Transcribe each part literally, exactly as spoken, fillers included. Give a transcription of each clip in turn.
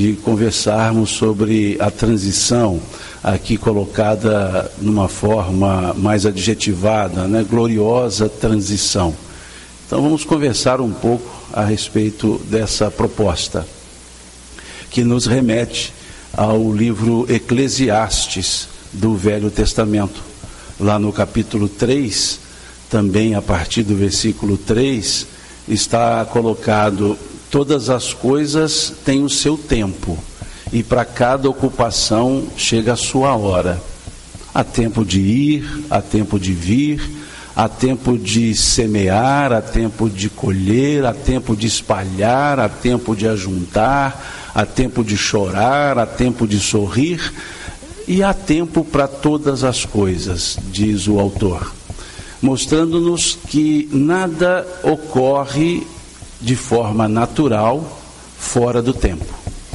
de conversarmos sobre a transição, aqui colocada numa forma mais adjetivada, né? Gloriosa transição. Então vamos conversar um pouco a respeito dessa proposta, que nos remete ao livro Eclesiastes do Velho Testamento. Lá no capítulo três, também a partir do versículo três, está colocado: todas as coisas têm o seu tempo, e para cada ocupação chega a sua hora. Há tempo de ir, há tempo de vir, há tempo de semear, há tempo de colher, há tempo de espalhar, há tempo de ajuntar, há tempo de chorar, há tempo de sorrir, e há tempo para todas as coisas, diz o autor, mostrando-nos que nada ocorre de forma natural fora do tempo.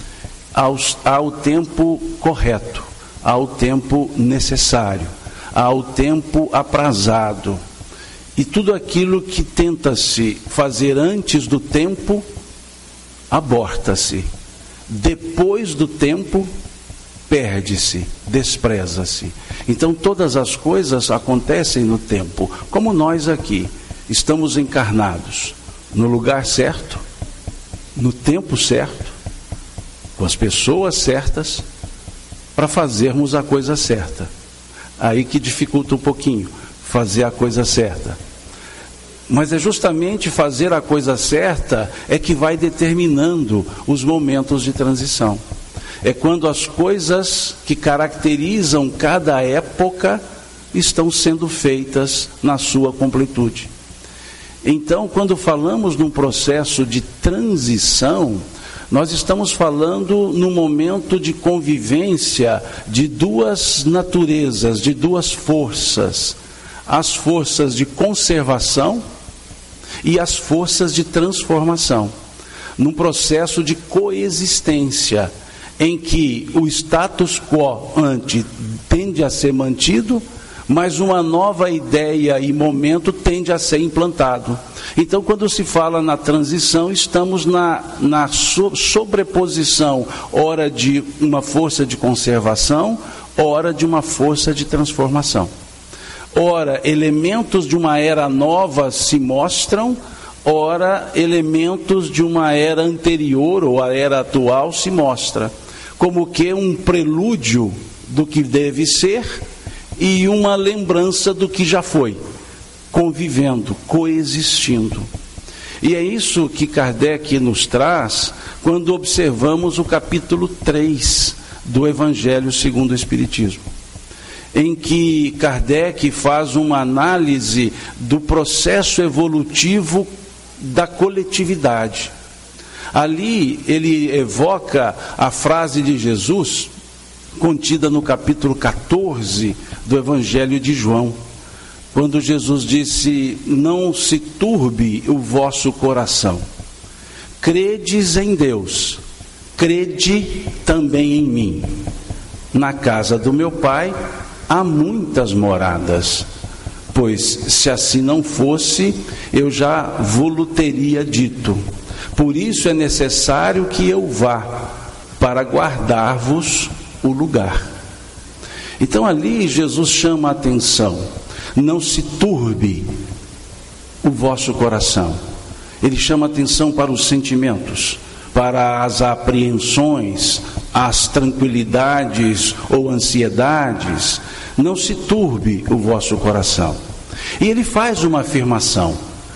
Há o tempo correto, há o tempo necessário, há o tempo aprazado. E tudo aquilo que tenta-se fazer antes do tempo, aborta-se. Depois do tempo, perde-se, despreza-se. Então todas as coisas acontecem no tempo, como nós aqui estamos encarnados, no lugar certo, no tempo certo, com as pessoas certas, para fazermos a coisa certa. Aí que dificulta um pouquinho, fazer a coisa certa. Mas é justamente fazer a coisa certa é que vai determinando os momentos de transição. É quando as coisas que caracterizam cada época estão sendo feitas na sua completude. Então, quando falamos num processo de transição, nós estamos falando no momento de convivência de duas naturezas, de duas forças. As forças de conservação e as forças de transformação. Num processo de coexistência, em que o status quo ante tende a ser mantido, mas uma nova ideia e momento tende a ser implantado. Então, quando se fala na transição, estamos na, na so, sobreposição, ora de uma força de conservação, ora de uma força de transformação. Ora, elementos de uma era nova se mostram, ora, elementos de uma era anterior ou a era atual se mostra, como que um prelúdio do que deve ser e uma lembrança do que já foi, convivendo, coexistindo. E é isso que Kardec nos traz quando observamos o capítulo três do Evangelho segundo o Espiritismo, em que Kardec faz uma análise do processo evolutivo da coletividade. Ali ele evoca a frase de Jesus, contida no capítulo quatorze do Evangelho de João, quando Jesus disse: não se turbe o vosso coração, credes em Deus, crede também em mim. Na casa do meu Pai há muitas moradas, pois se assim não fosse, eu já vô-lo teria dito. Por isso é necessário que eu vá, para guardar-vos o lugar. Então ali Jesus chama a atenção: não se turbe o vosso coração. Ele chama a atenção para os sentimentos, para as apreensões, as tranquilidades ou ansiedades. Não se turbe o vosso coração. E ele faz uma afirmação: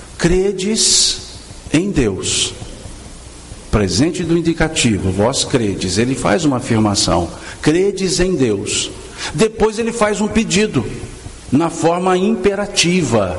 credes em Deus. Presente do indicativo, vós credes. Ele faz uma afirmação: credes em Deus. Depois ele faz um pedido, na forma imperativa: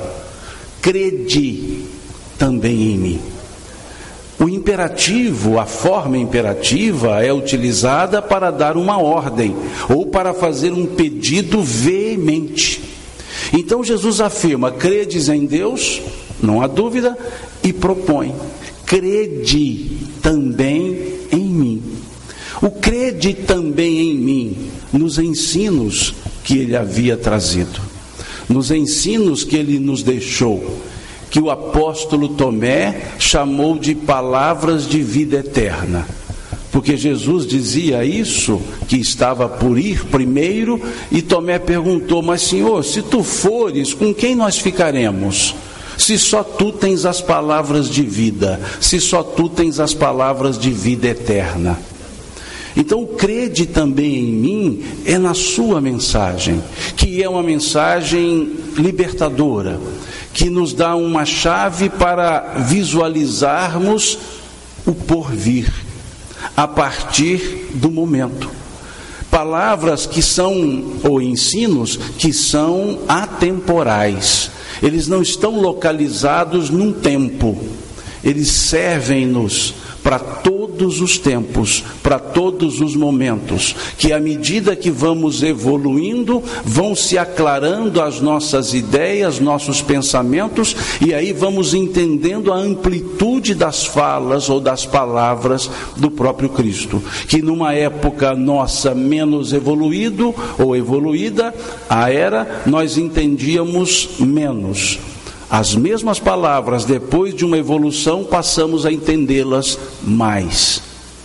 crede também em mim. O imperativo, a forma imperativa, é utilizada para dar uma ordem ou para fazer um pedido veemente. Então Jesus afirma: credes em Deus, não há dúvida, e propõe: crede também em mim. O crede também em mim nos ensinos que ele havia trazido, nos ensinos que ele nos deixou, que o apóstolo Tomé chamou de palavras de vida eterna. porque Jesus dizia isso, que estava por ir primeiro, e Tomé perguntou: mas Senhor, se tu fores, com quem nós ficaremos? Se só tu tens as palavras de vida, se só tu tens as palavras de vida eterna. Então, crede também em mim é na sua mensagem, que é uma mensagem libertadora, que nos dá uma chave para visualizarmos o porvir, a partir do momento. Palavras que são, ou ensinos, que são atemporais. Eles não estão localizados num tempo, eles servem-nos para todos os tempos, para todos os momentos, que à medida que vamos evoluindo, vão se aclarando as nossas ideias, nossos pensamentos, e aí vamos entendendo a amplitude das falas ou das palavras do próprio Cristo, que numa época nossa menos evoluído ou evoluída, a era, nós entendíamos menos. As mesmas palavras, depois de uma evolução, passamos a entendê-las mais.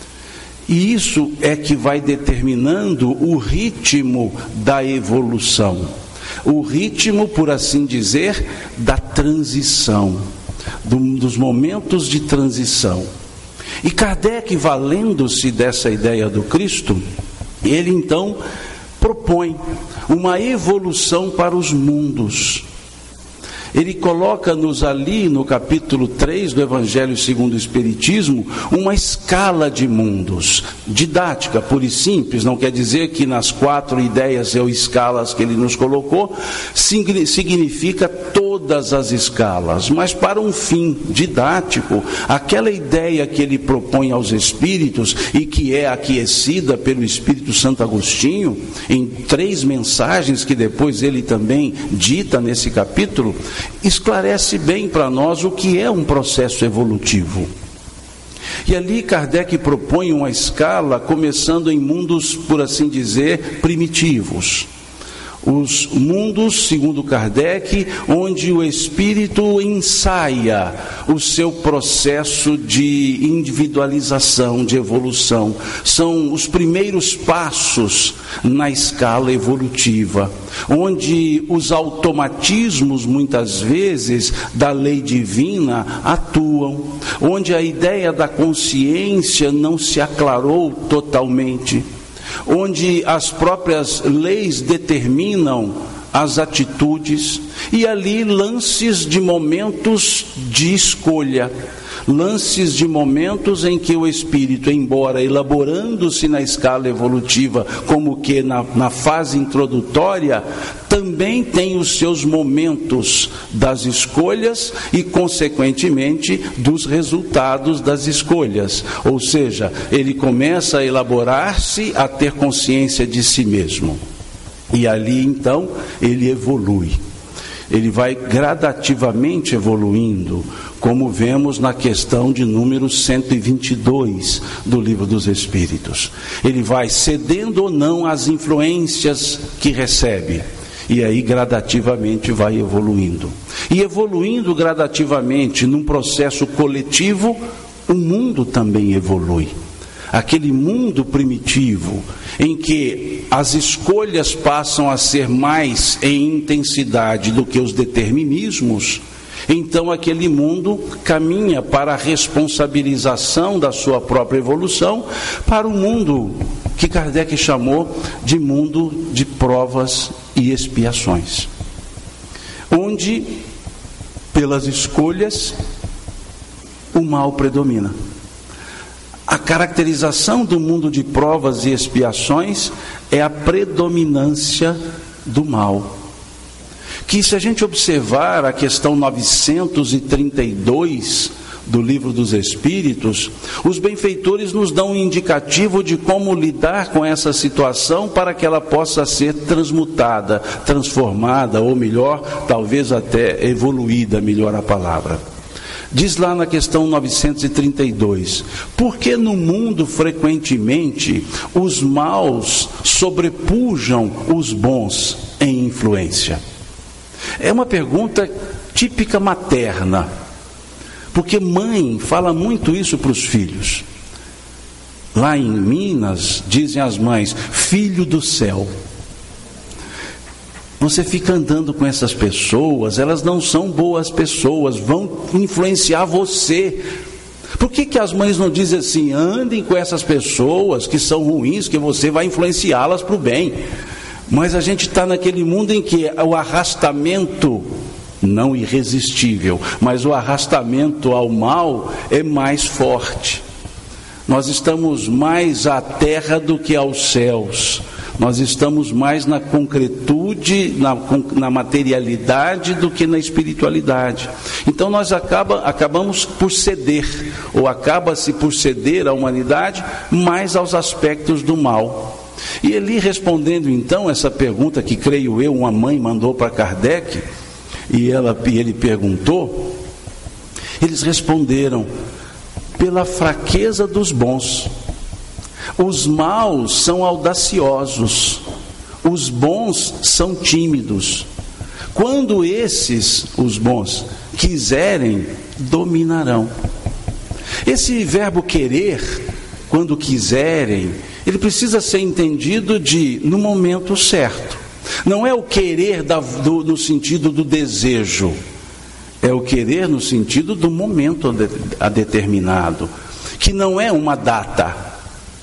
E isso é que vai determinando o ritmo da evolução. O ritmo, por assim dizer, da transição, do, dos momentos de transição. E Kardec, valendo-se dessa ideia do Cristo, ele então propõe uma evolução para os mundos. Ele coloca-nos ali no capítulo três do Evangelho segundo o Espiritismo uma escala de mundos, didática, pura e simples. Não quer dizer que nas quatro ideias ou escalas que ele nos colocou significa todas as escalas, mas para um fim didático, aquela ideia que ele propõe aos espíritos e que é aquecida pelo Espírito Santo Agostinho em três mensagens que depois ele também dita nesse capítulo, esclarece bem para nós o que é um processo evolutivo. E ali Kardec propõe uma escala começando em mundos, por assim dizer, primitivos. Os mundos, segundo Kardec, onde o espírito ensaia o seu processo de individualização, de evolução. São os primeiros passos na escala evolutiva, onde os automatismos, muitas vezes, da lei divina atuam, onde a ideia da consciência não se aclarou totalmente, onde as próprias leis determinam as atitudes, e ali lances de momentos de escolha, lances de momentos em que o espírito, embora elaborando-se na escala evolutiva, como que na, na fase introdutória, também tem os seus momentos das escolhas e, consequentemente, dos resultados das escolhas. Ou seja, ele começa a elaborar-se, a ter consciência de si mesmo. E ali, então, ele evolui. Ele vai gradativamente evoluindo, como vemos na questão de número cento e vinte e dois do Livro dos Espíritos. Ele vai cedendo ou não às influências que recebe, e aí gradativamente vai evoluindo. E evoluindo gradativamente num processo coletivo, o mundo também evolui. Aquele mundo primitivo, em que as escolhas passam a ser mais em intensidade do que os determinismos, então aquele mundo caminha para a responsabilização da sua própria evolução, para o mundo que Kardec chamou de mundo de provas e expiações, onde, pelas escolhas, o mal predomina. A caracterização do mundo de provas e expiações é a predominância do mal. Que, se a gente observar a questão novecentos e trinta e dois do Livro dos Espíritos, os benfeitores nos dão um indicativo de como lidar com essa situação para que ela possa ser transmutada, transformada, ou melhor, talvez até evoluída, melhor a palavra. Diz lá na questão novecentos e trinta e dois, por que no mundo frequentemente os maus sobrepujam os bons em influência? É uma pergunta típica materna, porque mãe fala muito isso para os filhos. Lá em Minas, dizem as mães, filho do céu. Você fica andando com essas pessoas, elas não são boas pessoas, vão influenciar você. Por que que as mães não dizem assim, andem com essas pessoas que são ruins, que você vai influenciá-las para o bem? Mas a gente está naquele mundo em que o arrastamento, não irresistível, mas o arrastamento ao mal é mais forte. Nós estamos mais à terra do que aos céus. Nós estamos mais na concretude, na, na materialidade do que na espiritualidade. Então nós acaba, acabamos por ceder, ou acaba-se por ceder a humanidade mais aos aspectos do mal. E Eli, respondendo então essa pergunta que creio eu uma mãe mandou para Kardec, e, ela, e ele perguntou, eles responderam, pela fraqueza dos bons. Os maus são audaciosos, os bons são tímidos. Quando esses, os bons, quiserem, dominarão. Esse verbo querer, quando quiserem, ele precisa ser entendido de no momento certo. Não é o querer da, do, no sentido do desejo, é o querer no sentido do momento a determinado, que não é uma data.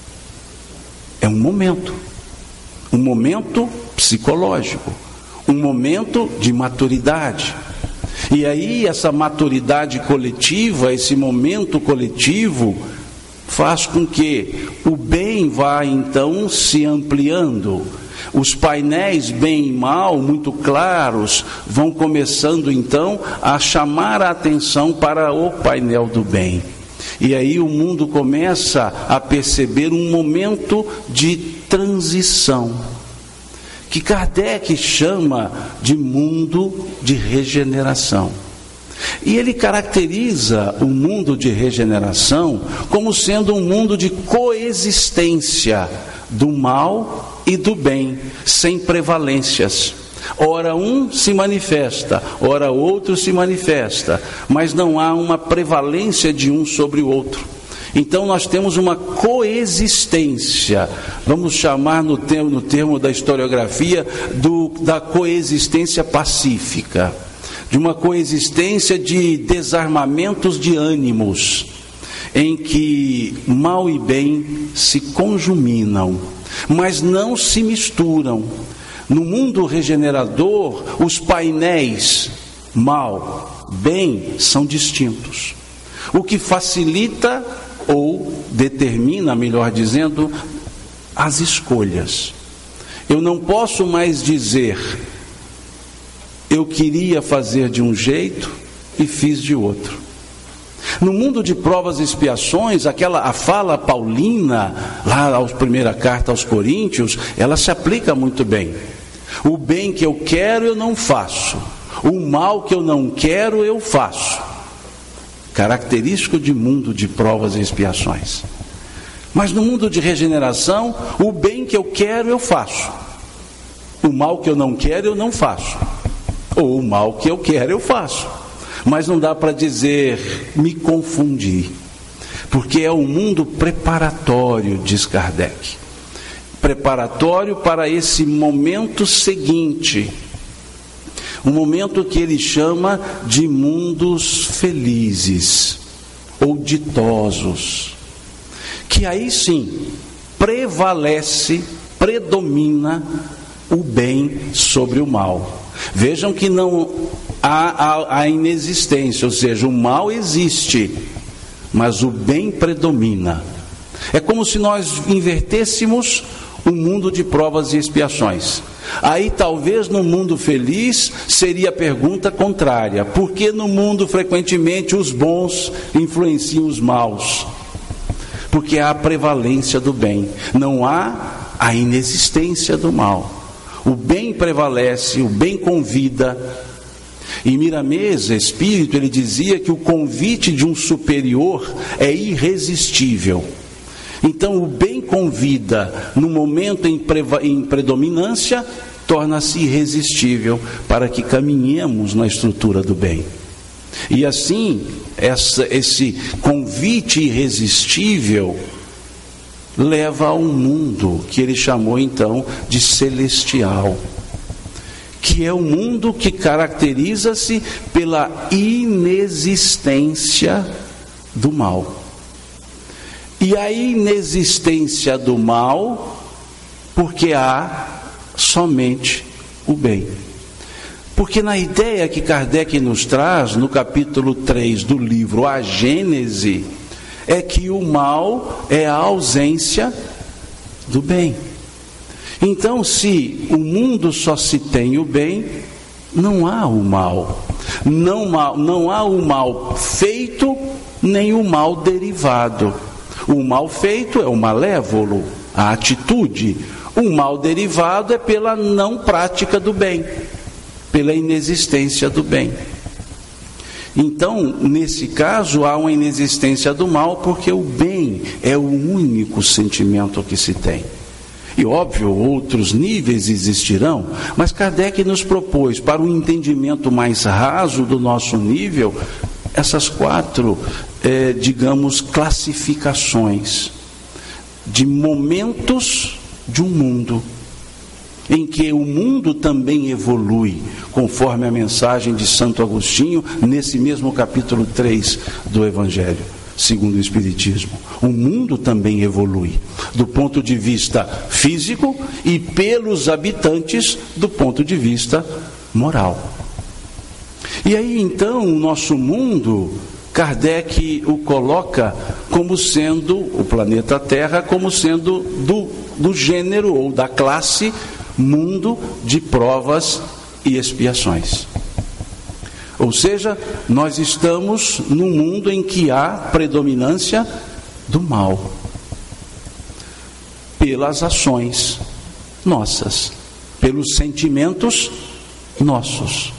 É um momento, um momento psicológico, um momento de maturidade. E aí essa maturidade coletiva, esse momento coletivo, faz com que o bem vá então se ampliando. Os painéis bem e mal, muito claros, vão começando então a chamar a atenção para o painel do bem. E aí o mundo começa a perceber um momento de transição, que Kardec chama de mundo de regeneração. E ele caracteriza o mundo de regeneração como sendo um mundo de coexistência do mal e do bem, sem prevalências. Ora um se manifesta, ora outro se manifesta, mas não há uma prevalência de um sobre o outro. Então nós temos uma coexistência, vamos chamar no termo, no termo da historiografia, do, da coexistência pacífica, de uma coexistência de desarmamentos de ânimos, em que mal e bem se conjuminam, mas não se misturam. No mundo regenerador, os painéis mal, bem, são distintos. O que facilita ou determina, melhor dizendo, as escolhas. Eu não posso mais dizer, eu queria fazer de um jeito e fiz de outro. No mundo de provas e expiações, aquela, a fala paulina, lá na primeira carta aos Coríntios, ela se aplica muito bem. O bem que eu quero eu não faço, o mal que eu não quero eu faço. Característico de mundo de provas e expiações. Mas no mundo de regeneração, o bem que eu quero eu faço, o mal que eu não quero eu não faço, ou o mal que eu quero eu faço. Mas não dá para dizer, me confundi, porque é um mundo preparatório, diz Kardec. Preparatório para esse momento seguinte, um momento que ele chama de mundos felizes, ou ditosos, que aí sim, prevalece, predomina o bem sobre o mal. Vejam que não há a inexistência, ou seja, o mal existe, mas o bem predomina. É como se nós invertêssemos o mundo de provas e expiações. Aí talvez no mundo feliz seria a pergunta contrária: por que no mundo frequentemente os bons influenciam os maus? Porque há a prevalência do bem, não há a inexistência do mal. O bem prevalece, o bem convida. Em Miramês, espírito, ele dizia que o convite de um superior é irresistível. Então o bem convida, no momento em, preva, em predominância, torna-se irresistível para que caminhemos na estrutura do bem. E assim, essa, esse convite irresistível leva a um mundo que ele chamou então de celestial, que é um mundo que caracteriza-se pela inexistência do mal. E a inexistência do mal, porque há somente o bem. Porque na ideia que Kardec nos traz, no capítulo três do livro A Gênese, é que o mal é a ausência do bem. Então, se o mundo só se tem o bem, não há o mal. Não, não há o mal feito, nem o mal derivado. O mal feito é o malévolo, a atitude. O mal derivado é pela não prática do bem, pela inexistência do bem. Então, nesse caso, há uma inexistência do mal, porque o bem é o único sentimento que se tem. E óbvio, outros níveis existirão, mas Kardec nos propôs, para um entendimento mais raso do nosso nível, essas quatro, eh, digamos, classificações de momentos de um mundo, em que o mundo também evolui, conforme a mensagem de Santo Agostinho, nesse mesmo capítulo três do Evangelho segundo o Espiritismo. O mundo também evolui, do ponto de vista físico e pelos habitantes do ponto de vista moral. E aí então o nosso mundo, Kardec o coloca como sendo, o planeta Terra, como sendo do, do gênero ou da classe mundo de provas e expiações. Ou seja, nós estamos num mundo em que há predominância do mal, pelas ações nossas, pelos sentimentos nossos.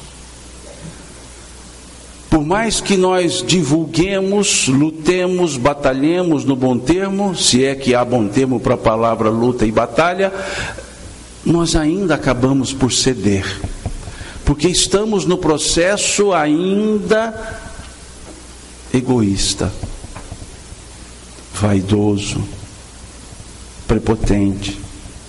Por mais que nós divulguemos, lutemos, batalhemos no bom termo, se é que há bom termo para a palavra luta e batalha, nós ainda acabamos por ceder, porque estamos no processo ainda egoísta, vaidoso, prepotente,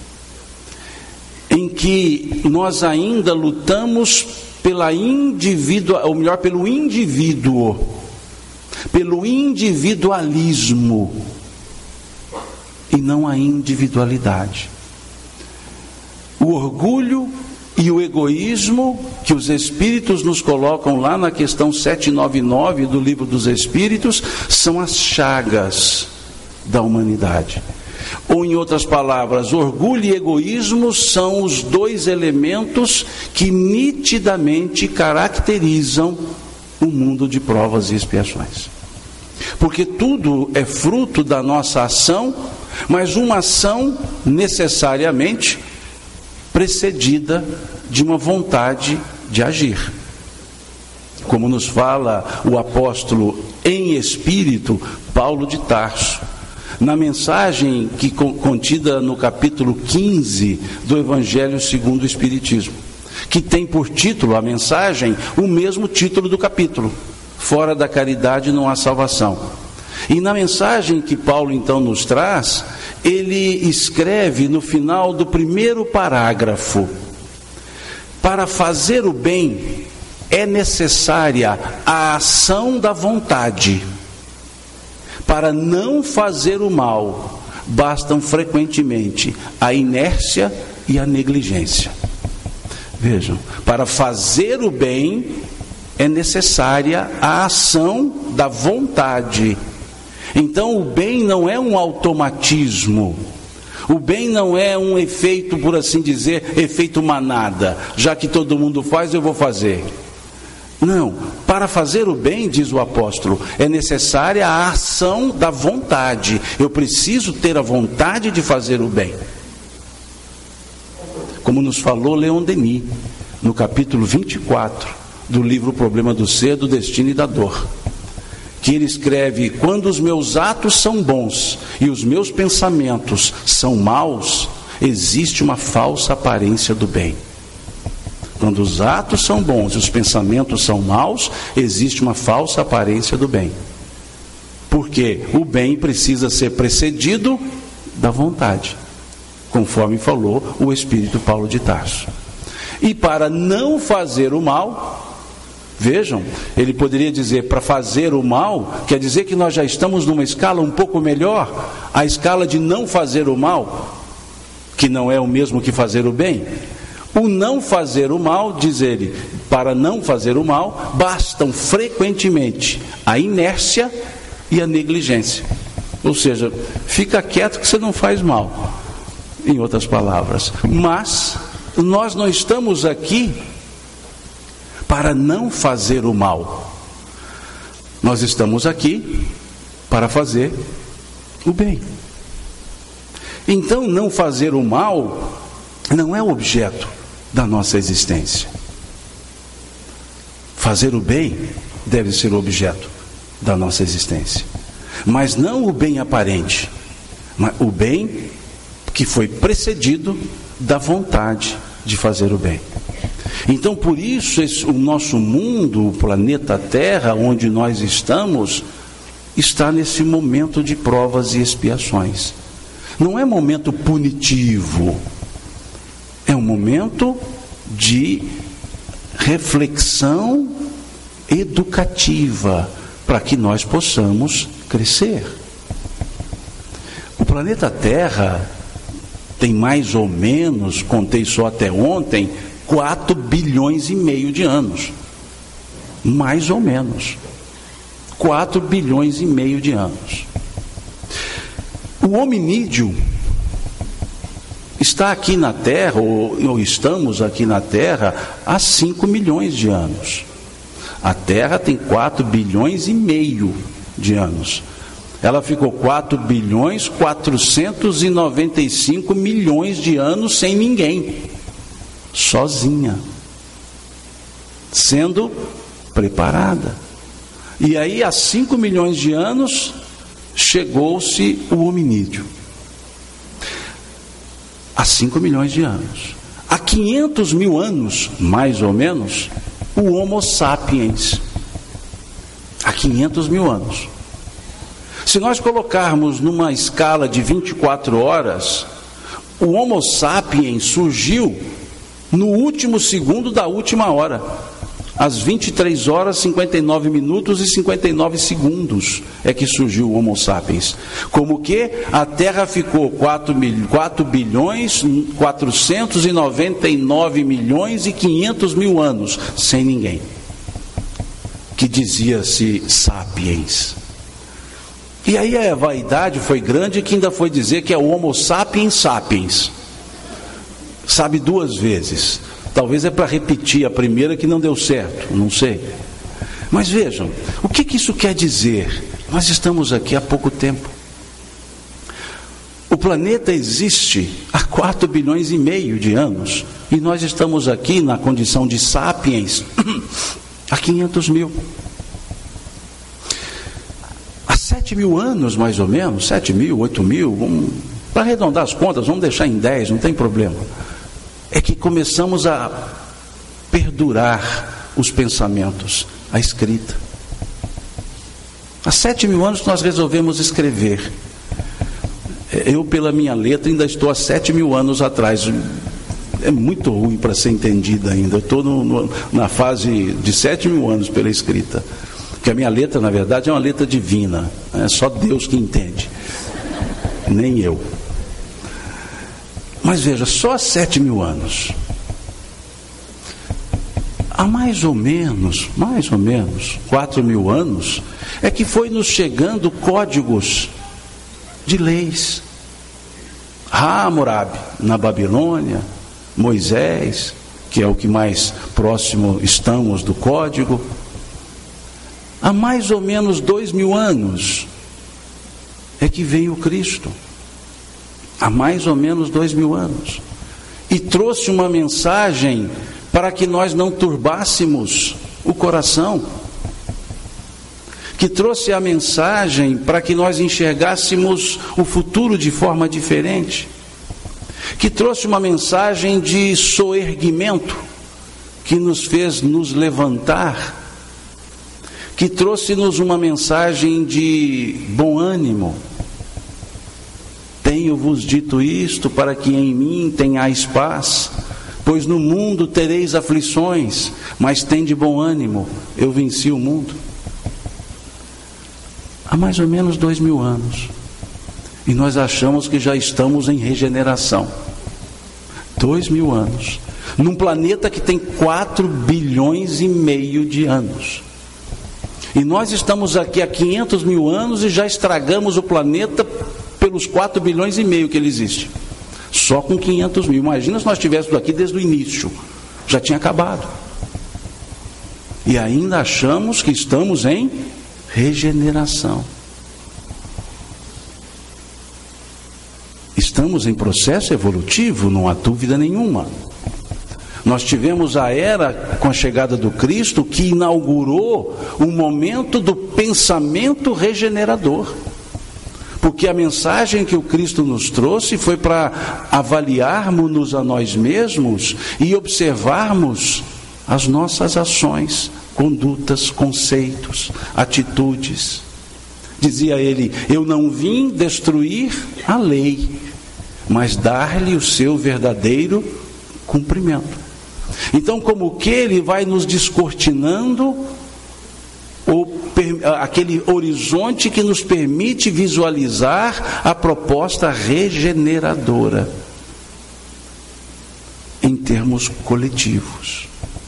em que nós ainda lutamos pela indivíduo, ou melhor, pelo indivíduo, pelo individualismo e não a individualidade. O orgulho e o egoísmo que os Espíritos nos colocam lá na questão setecentos e noventa e nove do Livro dos Espíritos são as chagas da humanidade. Ou, em outras palavras, orgulho e egoísmo são os dois elementos que nitidamente caracterizam o mundo de provas e expiações. Porque tudo é fruto da nossa ação, mas uma ação necessariamente precedida de uma vontade de agir. Como nos fala o apóstolo em espírito, Paulo de Tarso, na mensagem que contida no capítulo quinze do Evangelho segundo o Espiritismo, que tem por título a mensagem o mesmo título do capítulo: fora da caridade não há salvação. E na mensagem que Paulo então nos traz, ele escreve no final do primeiro parágrafo: para fazer o bem é necessária a ação da vontade. Para não fazer o mal, bastam frequentemente a inércia e a negligência. Vejam, para fazer o bem é necessária a ação da vontade. Então o bem não é um automatismo. O bem não é um efeito, por assim dizer, efeito manada. Já que todo mundo faz, eu vou fazer. Não, para fazer o bem, diz o apóstolo, é necessária a ação da vontade. Eu preciso ter a vontade de fazer o bem. Como nos falou Leon Denis, no capítulo vinte e quatro do livro O Problema do Ser, do Destino e da Dor, que ele escreve: quando os meus atos são bons e os meus pensamentos são maus, existe uma falsa aparência do bem. Quando os atos são bons e os pensamentos são maus, existe uma falsa aparência do bem. Porque o bem precisa ser precedido da vontade, conforme falou o Espírito Paulo de Tarso. E para não fazer o mal, vejam, ele poderia dizer para fazer o mal, quer dizer que nós já estamos numa escala um pouco melhor, a escala de não fazer o mal, que não é o mesmo que fazer o bem. O não fazer o mal, diz ele, para não fazer o mal, bastam frequentemente a inércia e a negligência. Ou seja, fica quieto que você não faz mal, em outras palavras. Mas nós não estamos aqui para não fazer o mal. Nós estamos aqui para fazer o bem. Então, não fazer o mal não é o objeto da nossa existência. Fazer o bem deve ser o objeto da nossa existência. Mas não o bem aparente, mas o bem que foi precedido da vontade de fazer o bem. Então, por isso, esse, o nosso mundo, o planeta Terra, onde nós estamos, está nesse momento de provas e expiações. Não é momento punitivo, é um momento de reflexão educativa, para que nós possamos crescer. O planeta Terra tem mais ou menos, contei só até ontem, quatro bilhões e meio de anos. Mais ou menos. quatro bilhões e meio de anos. O hominídeo está aqui na Terra, ou, ou estamos aqui na Terra, há cinco milhões de anos. A Terra tem quatro bilhões e meio de anos. Ela ficou quatro bilhões quatrocentos e noventa e cinco milhões de anos sem ninguém, sozinha, sendo preparada. E aí, há cinco milhões de anos, chegou-se o hominídeo. Há cinco milhões de anos. Há quinhentos mil anos, mais ou menos, o Homo sapiens. Há quinhentos mil anos. Se nós colocarmos numa escala de vinte e quatro horas, o Homo sapiens surgiu no último segundo da última hora. Às vinte e três horas, cinquenta e nove minutos e cinquenta e nove segundos é que surgiu o Homo sapiens. Como que a Terra ficou quatro bilhões, quatrocentos e noventa e nove milhões e quinhentos mil anos sem ninguém. Que dizia-se sapiens. E aí a vaidade foi grande, que ainda foi dizer que é o Homo sapiens sapiens. Sabe duas vezes. Talvez é para repetir a primeira que não deu certo, não sei. Mas vejam, o que, que isso quer dizer? Nós estamos aqui há pouco tempo. O planeta existe há quatro bilhões e meio de anos. E nós estamos aqui na condição de sapiens há quinhentos mil. Há sete mil anos, mais ou menos, sete mil, oito mil, vamos, para arredondar as contas, vamos deixar em dez, não tem problema. É que começamos a perdurar os pensamentos, a escrita. Há sete mil anos que nós resolvemos escrever. Eu, pela minha letra, ainda estou há sete mil anos atrás. É muito ruim para ser entendida ainda. Eu estou no, no, na fase de sete mil anos pela escrita. Porque a minha letra, na verdade, é uma letra divina. É só Deus que entende. Nem eu. Mas veja, só há sete mil anos, há mais ou menos, mais ou menos, quatro mil anos, é que foi nos chegando códigos de leis. Hammurabi, na Babilônia, Moisés, que é o que mais próximo estamos do código. Há mais ou menos dois mil anos é que veio o Cristo. Há mais ou menos dois mil anos. E trouxe uma mensagem para que nós não turbássemos o coração. Que trouxe a mensagem para que nós enxergássemos o futuro de forma diferente. Que trouxe uma mensagem de soerguimento, que nos fez nos levantar. Que trouxe-nos uma mensagem de bom ânimo. Tenho-vos dito isto para que em mim tenhais paz, pois no mundo tereis aflições, mas tende bom ânimo, eu venci o mundo. Há mais ou menos dois mil anos, e nós achamos que já estamos em regeneração. Dois mil anos, num planeta que tem quatro bilhões e meio de anos. E nós estamos aqui há quinhentos mil anos e já estragamos o planeta pelos quatro bilhões e meio que ele existe. Só com quinhentos mil. Imagina se nós estivéssemos aqui desde o início. Já tinha acabado. E ainda achamos que estamos em regeneração. Estamos em processo evolutivo, não há dúvida nenhuma. Nós tivemos a era com a chegada do Cristo que inaugurou o momento do pensamento regenerador. Porque a mensagem que o Cristo nos trouxe foi para avaliarmos-nos a nós mesmos e observarmos as nossas ações, condutas, conceitos, atitudes. Dizia ele: eu não vim destruir a lei, mas dar-lhe o seu verdadeiro cumprimento. Então, como que ele vai nos descortinando o, aquele horizonte que nos permite visualizar a proposta regeneradora em termos coletivos,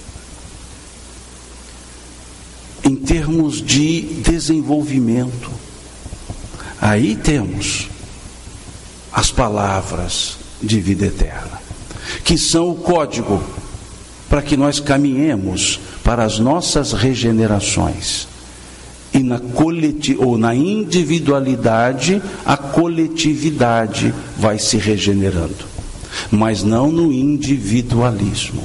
em termos de desenvolvimento. Aí temos as palavras de vida eterna, que são o código para que nós caminhemos para as nossas regenerações. E na coleti- ou na individualidade, a coletividade vai se regenerando, mas não no individualismo.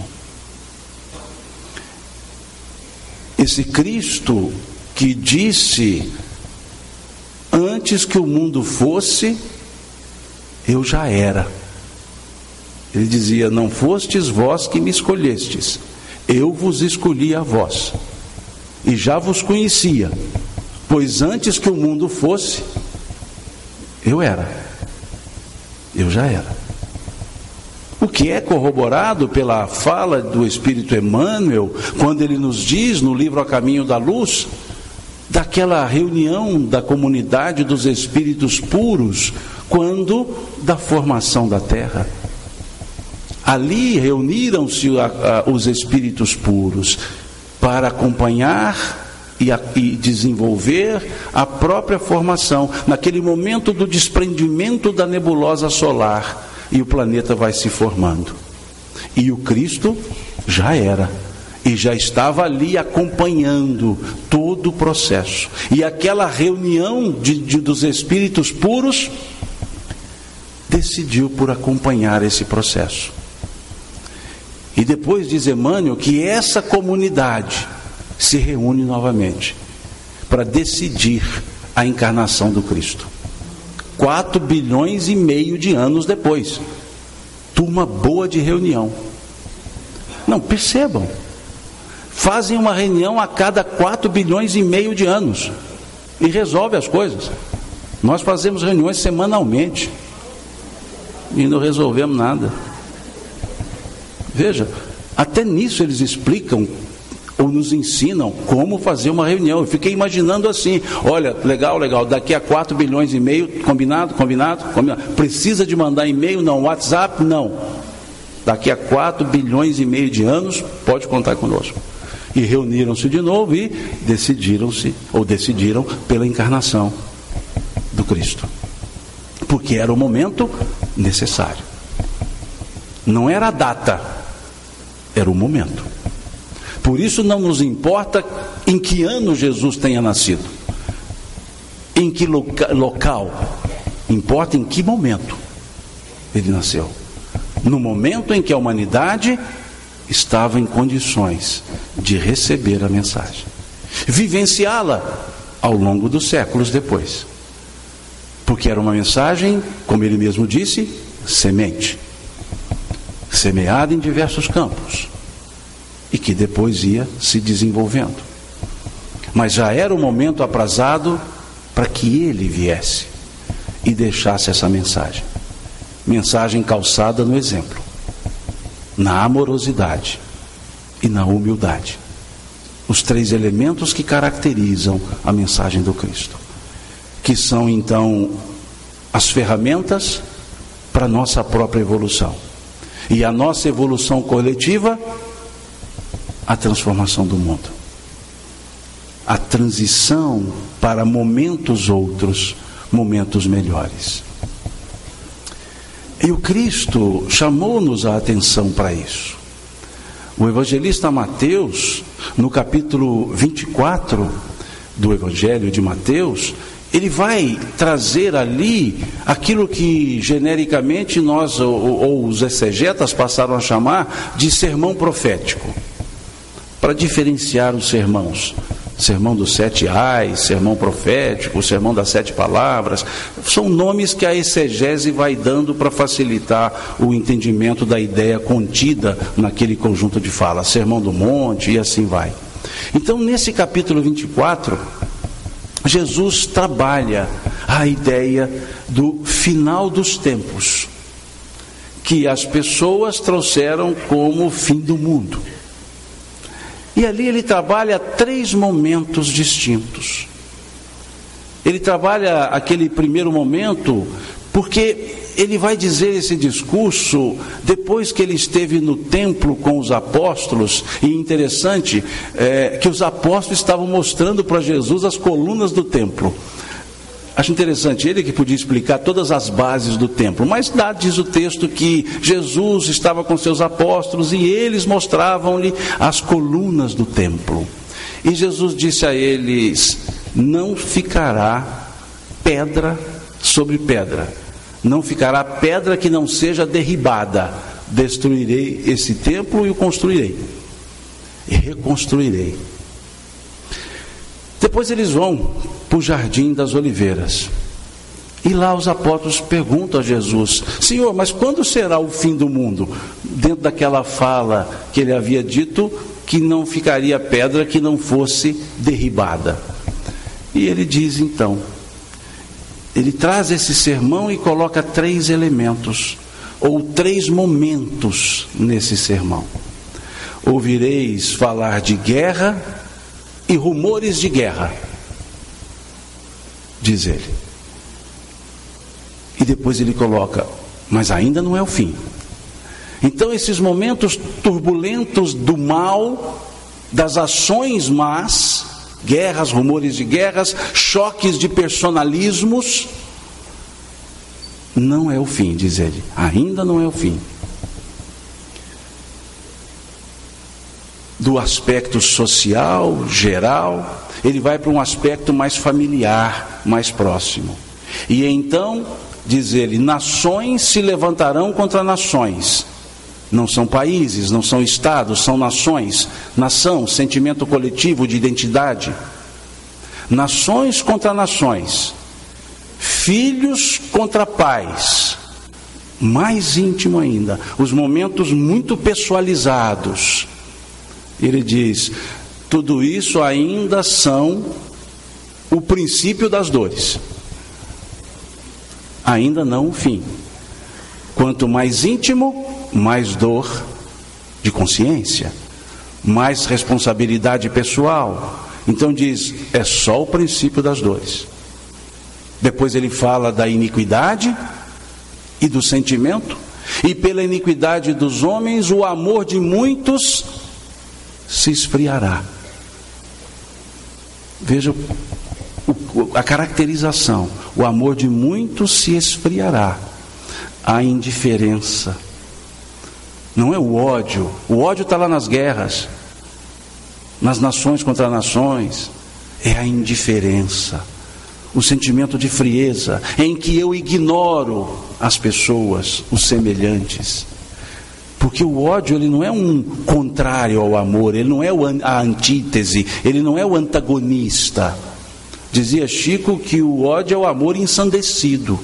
Esse Cristo que disse: antes que o mundo fosse, eu já era. Ele dizia: não fostes vós que me escolhestes, eu vos escolhi a vós, e já vos conhecia, pois antes que o mundo fosse, eu era, eu já era. O que é corroborado pela fala do Espírito Emmanuel, quando ele nos diz no livro A Caminho da Luz, daquela reunião da comunidade dos espíritos puros, quando da formação da terra. Ali reuniram-se os espíritos puros para acompanhar e, a, e desenvolver a própria formação, naquele momento do desprendimento da nebulosa solar, e o planeta vai se formando. E o Cristo já era, e já estava ali acompanhando todo o processo. E aquela reunião de, de, dos espíritos puros decidiu por acompanhar esse processo. E depois diz Emmanuel que essa comunidade se reúne novamente para decidir a encarnação do Cristo. Quatro bilhões e meio de anos depois. Turma boa de reunião. Não, percebam. Fazem uma reunião a cada quatro bilhões e meio de anos e resolve as coisas. Nós fazemos reuniões semanalmente e não resolvemos nada. Veja, até nisso eles explicam ou nos ensinam como fazer uma reunião. Eu fiquei imaginando assim: olha, legal, legal, daqui a quatro bilhões e meio, combinado, combinado, combinado. Precisa de mandar e-mail? Não. WhatsApp? Não. Daqui a quatro bilhões e meio de anos, pode contar conosco. E reuniram-se de novo e decidiram-se, ou decidiram pela encarnação do Cristo. Porque era o momento necessário. Não era a data, era o momento. Por isso não nos importa em que ano Jesus tenha nascido, em que loca- local, importa em que momento ele nasceu. No momento em que a humanidade estava em condições de receber a mensagem, vivenciá-la ao longo dos séculos depois. Porque era uma mensagem, como ele mesmo disse, semente, semeada em diversos campos, e que depois ia se desenvolvendo. Mas já era o momento aprazado para que ele viesse. e deixasse essa mensagem. Mensagem calçada no exemplo, na amorosidade e na humildade. Os três elementos que caracterizam a mensagem do Cristo, que são então as ferramentas para a nossa própria evolução. E a nossa evolução coletiva, a transformação do mundo. A transição para momentos outros, momentos melhores. E o Cristo chamou-nos a atenção para isso. O evangelista Mateus, no capítulo vinte e quatro do Evangelho de Mateus, ele vai trazer ali aquilo que genericamente nós, ou, ou os exegetas passaram a chamar de sermão profético, para diferenciar os sermãos. Sermão dos sete ais, sermão profético, sermão das sete palavras, são nomes que a exegese vai dando para facilitar o entendimento da ideia contida naquele conjunto de falas, sermão do monte e assim vai. Então, nesse capítulo vinte e quatro, Jesus trabalha a ideia do final dos tempos, que as pessoas trouxeram como o fim do mundo. E ali ele trabalha três momentos distintos. Ele trabalha aquele primeiro momento, porque ele vai dizer esse discurso depois que ele esteve no templo com os apóstolos. E interessante é, que os apóstolos estavam mostrando para Jesus as colunas do templo. Acho interessante, ele que podia explicar todas as bases do templo, mas dá, diz o texto, que Jesus estava com seus apóstolos e eles mostravam-lhe as colunas do templo. E Jesus disse a eles: não ficará pedra sobre pedra, não ficará pedra que não seja derribada. Destruirei esse templo e o construirei, e reconstruirei. Depois eles vão para o Jardim das Oliveiras. E lá os apóstolos perguntam a Jesus: Senhor, mas quando será o fim do mundo? Dentro daquela fala que ele havia dito que não ficaria pedra que não fosse derribada. E ele diz então, ele traz esse sermão e coloca três elementos, ou três momentos nesse sermão. Ouvireis falar de guerra e rumores de guerra, diz ele. E depois ele coloca: mas ainda não é o fim. Então esses momentos turbulentos do mal, das ações más, guerras, rumores de guerras, choques de personalismos, não é o fim, diz ele. Ainda não é o fim. Do aspecto social, geral, ele vai para um aspecto mais familiar, mais próximo. E então, diz ele, nações se levantarão contra nações. Não são países, não são estados, são nações. Nação, sentimento coletivo de identidade. Nações contra nações. Filhos contra pais. Mais íntimo ainda, os momentos muito pessoalizados. Ele diz: tudo isso ainda são o princípio das dores, ainda não o fim. Quanto mais íntimo, mais dor de consciência, mais responsabilidade pessoal. Então diz, é só o princípio das dores. Depois ele fala da iniquidade e do sentimento, e pela iniquidade dos homens o amor de muitos se esfriará. Veja a caracterização: o amor de muitos se esfriará. A indiferença, não é o ódio. O ódio está lá nas guerras, nas nações contra nações. É a indiferença, o sentimento de frieza, em que eu ignoro as pessoas, os semelhantes. Porque o ódio, ele não é um contrário ao amor, ele não é a antítese, ele não é o antagonista. Dizia Chico que o ódio é o amor ensandecido.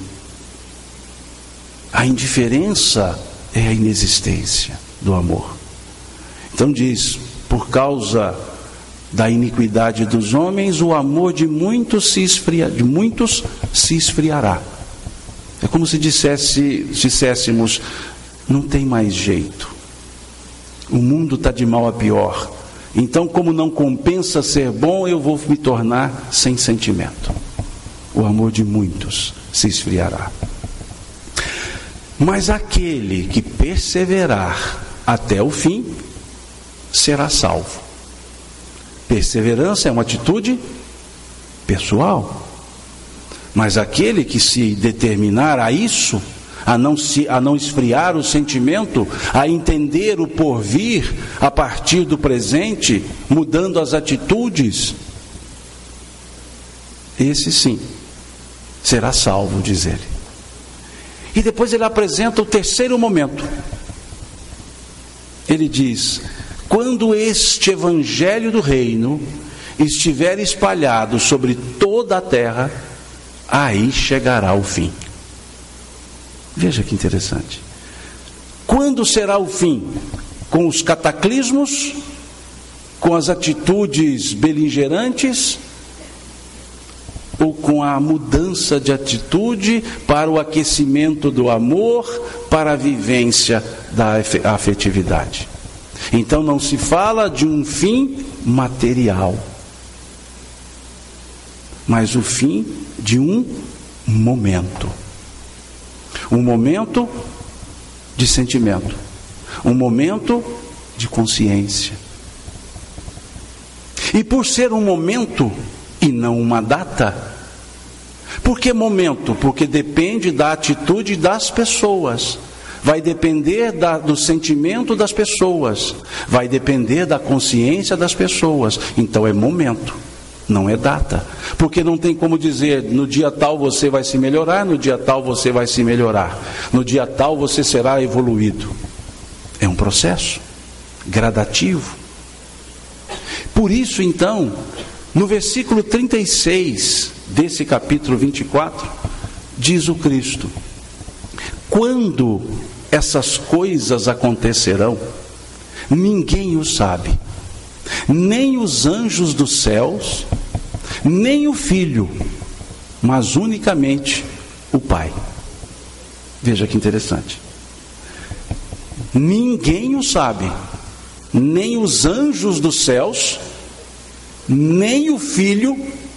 A indiferença é a inexistência do amor. Então diz, por causa da iniquidade dos homens, o amor de muitos se esfria, de muitos se esfriará. É como se dissesse, disséssemos: não tem mais jeito, o mundo está de mal a pior, então, como não compensa ser bom, eu vou me tornar sem sentimento. O amor de muitos se esfriará. Mas aquele que perseverar até o fim será salvo. Perseverança é uma atitude pessoal, mas aquele que se determinar a isso, a não, se, a não esfriar o sentimento, a entender o porvir a partir do presente, mudando as atitudes, esse sim será salvo, diz ele. E depois ele apresenta o terceiro momento. Ele diz: quando este evangelho do reino estiver espalhado sobre toda a terra, aí chegará o fim. Veja que interessante. Quando será o fim? Com os cataclismos? Com as atitudes beligerantes? Ou com a mudança de atitude para o aquecimento do amor, para a vivência da afetividade? Então não se fala de um fim material, mas o fim de um momento. Um momento de sentimento, um momento de consciência. E por ser um momento e não uma data, por que momento? Porque depende da atitude das pessoas, vai depender da, do sentimento das pessoas, vai depender da consciência das pessoas. Então é momento, não é data, porque não tem como dizer: no dia tal você vai se melhorar, no dia tal você vai se melhorar, no dia tal você será evoluído. É um processo gradativo. Por isso, então, no versículo trinta e seis desse capítulo vinte e quatro, diz o Cristo: quando essas coisas acontecerão, ninguém o sabe, nem os anjos dos céus, nem o Filho, mas unicamente o Pai. Veja que interessante. Ninguém o sabe, nem os anjos dos céus, nem o Filho,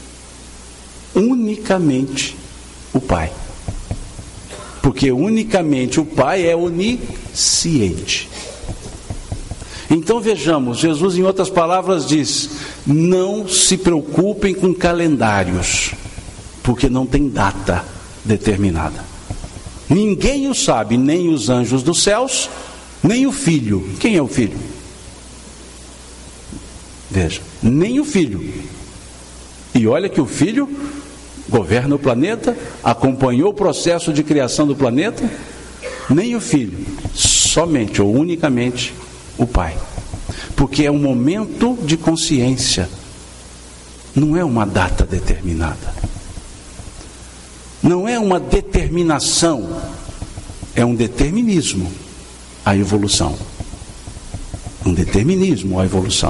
unicamente o Pai. Porque unicamente o Pai é onisciente. Então vejamos, Jesus, em outras palavras, diz: não se preocupem com calendários, porque não tem data determinada. Ninguém o sabe, nem os anjos dos céus, nem o Filho. Quem é o Filho? Veja, nem o Filho. E olha que o Filho governa o planeta, acompanhou o processo de criação do planeta. Nem o Filho, somente ou unicamente o Pai. Porque é um momento de consciência, não é uma data determinada, não é uma determinação, é um determinismo a evolução. Um determinismo a evolução,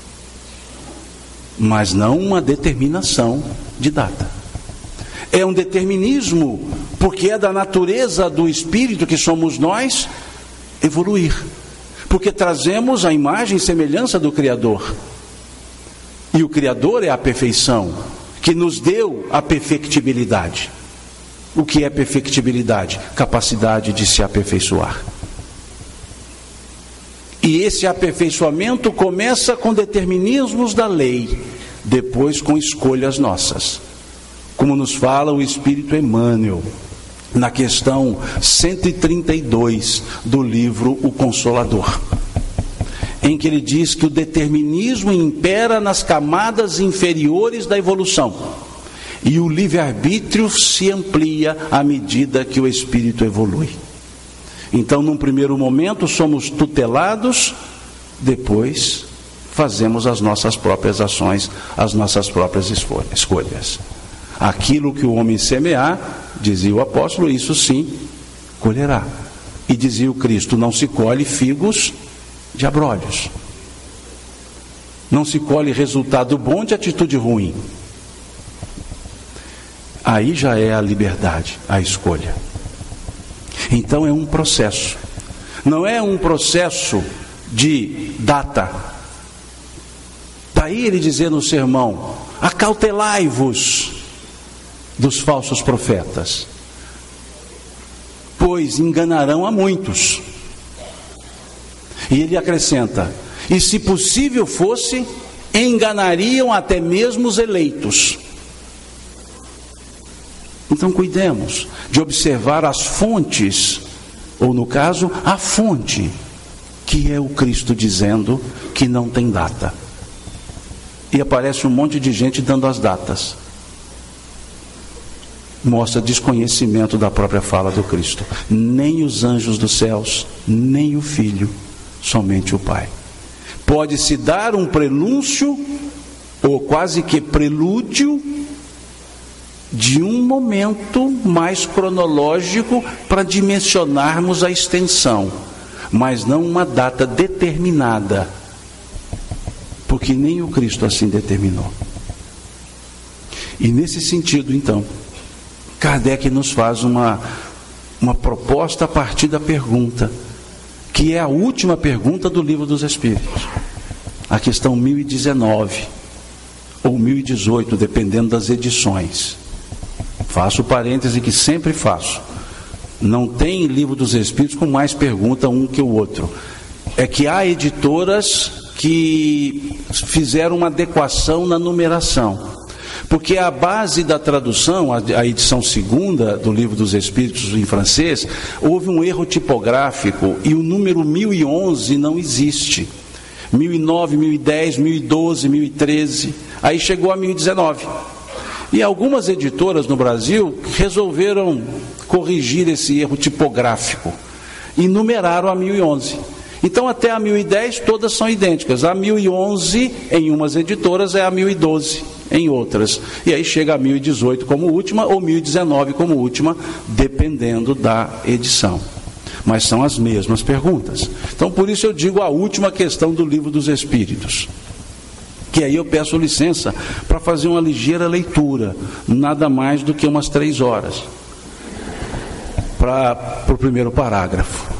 mas não uma determinação de data. É um determinismo porque é da natureza do Espírito, que somos nós, evoluir. Porque trazemos a imagem e semelhança do Criador. E o Criador é a perfeição, que nos deu a perfectibilidade. O que é perfectibilidade? Capacidade de se aperfeiçoar. E esse aperfeiçoamento começa com determinismos da lei, depois com escolhas nossas. Como nos fala o Espírito Emmanuel, na questão cento e trinta e dois do livro O Consolador, em que ele diz que o determinismo impera nas camadas inferiores da evolução e o livre-arbítrio se amplia à medida que o espírito evolui. Então, num primeiro momento, somos tutelados, depois fazemos as nossas próprias ações, as nossas próprias escolhas. Aquilo que o homem semear, dizia o apóstolo, isso sim colherá. E dizia o Cristo: não se colhe figos de abrolhos, não se colhe resultado bom de atitude ruim. Aí já é a liberdade, a escolha. Então é um processo. Não é um processo de data. Daí ele dizer no sermão: acautelai-vos dos falsos profetas, pois enganarão a muitos. E ele acrescenta: e se possível fosse, enganariam até mesmo os eleitos. Então cuidemos de observar as fontes, ou no caso, a fonte, que é o Cristo dizendo que não tem data. E aparece um monte de gente dando as datas. Mostra desconhecimento da própria fala do Cristo. Nem os anjos dos céus, nem o Filho, somente o Pai. Pode-se dar um prenúncio, ou quase que prelúdio, de um momento mais cronológico para dimensionarmos a extensão, mas não uma data determinada, porque nem o Cristo assim determinou. E nesse sentido, então, Kardec nos faz uma, uma proposta a partir da pergunta, que é a última pergunta do Livro dos Espíritos, a questão mil e dezenove, ou mil e dezoito, dependendo das edições. Faço o parêntese que sempre faço. Não tem Livro dos Espíritos com mais pergunta um que o outro. É que há editoras que fizeram uma adequação na numeração. Porque a base da tradução, a edição segunda do Livro dos Espíritos em francês, houve um erro tipográfico e o número mil e onze não existe. mil e nove, mil e dez, mil e doze, mil e treze, aí chegou a mil e dezenove. E algumas editoras no Brasil resolveram corrigir esse erro tipográfico e numeraram a mil e onze. Então até a mil e dez todas são idênticas. A mil e onze em umas editoras é a mil e doze em outras. E aí chega a mil e dezoito como última ou mil e dezenove como última, dependendo da edição. Mas são as mesmas perguntas. Então por isso eu digo a última questão do Livro dos Espíritos. Que aí eu peço licença para fazer uma ligeira leitura, nada mais do que umas três horas, para o primeiro parágrafo.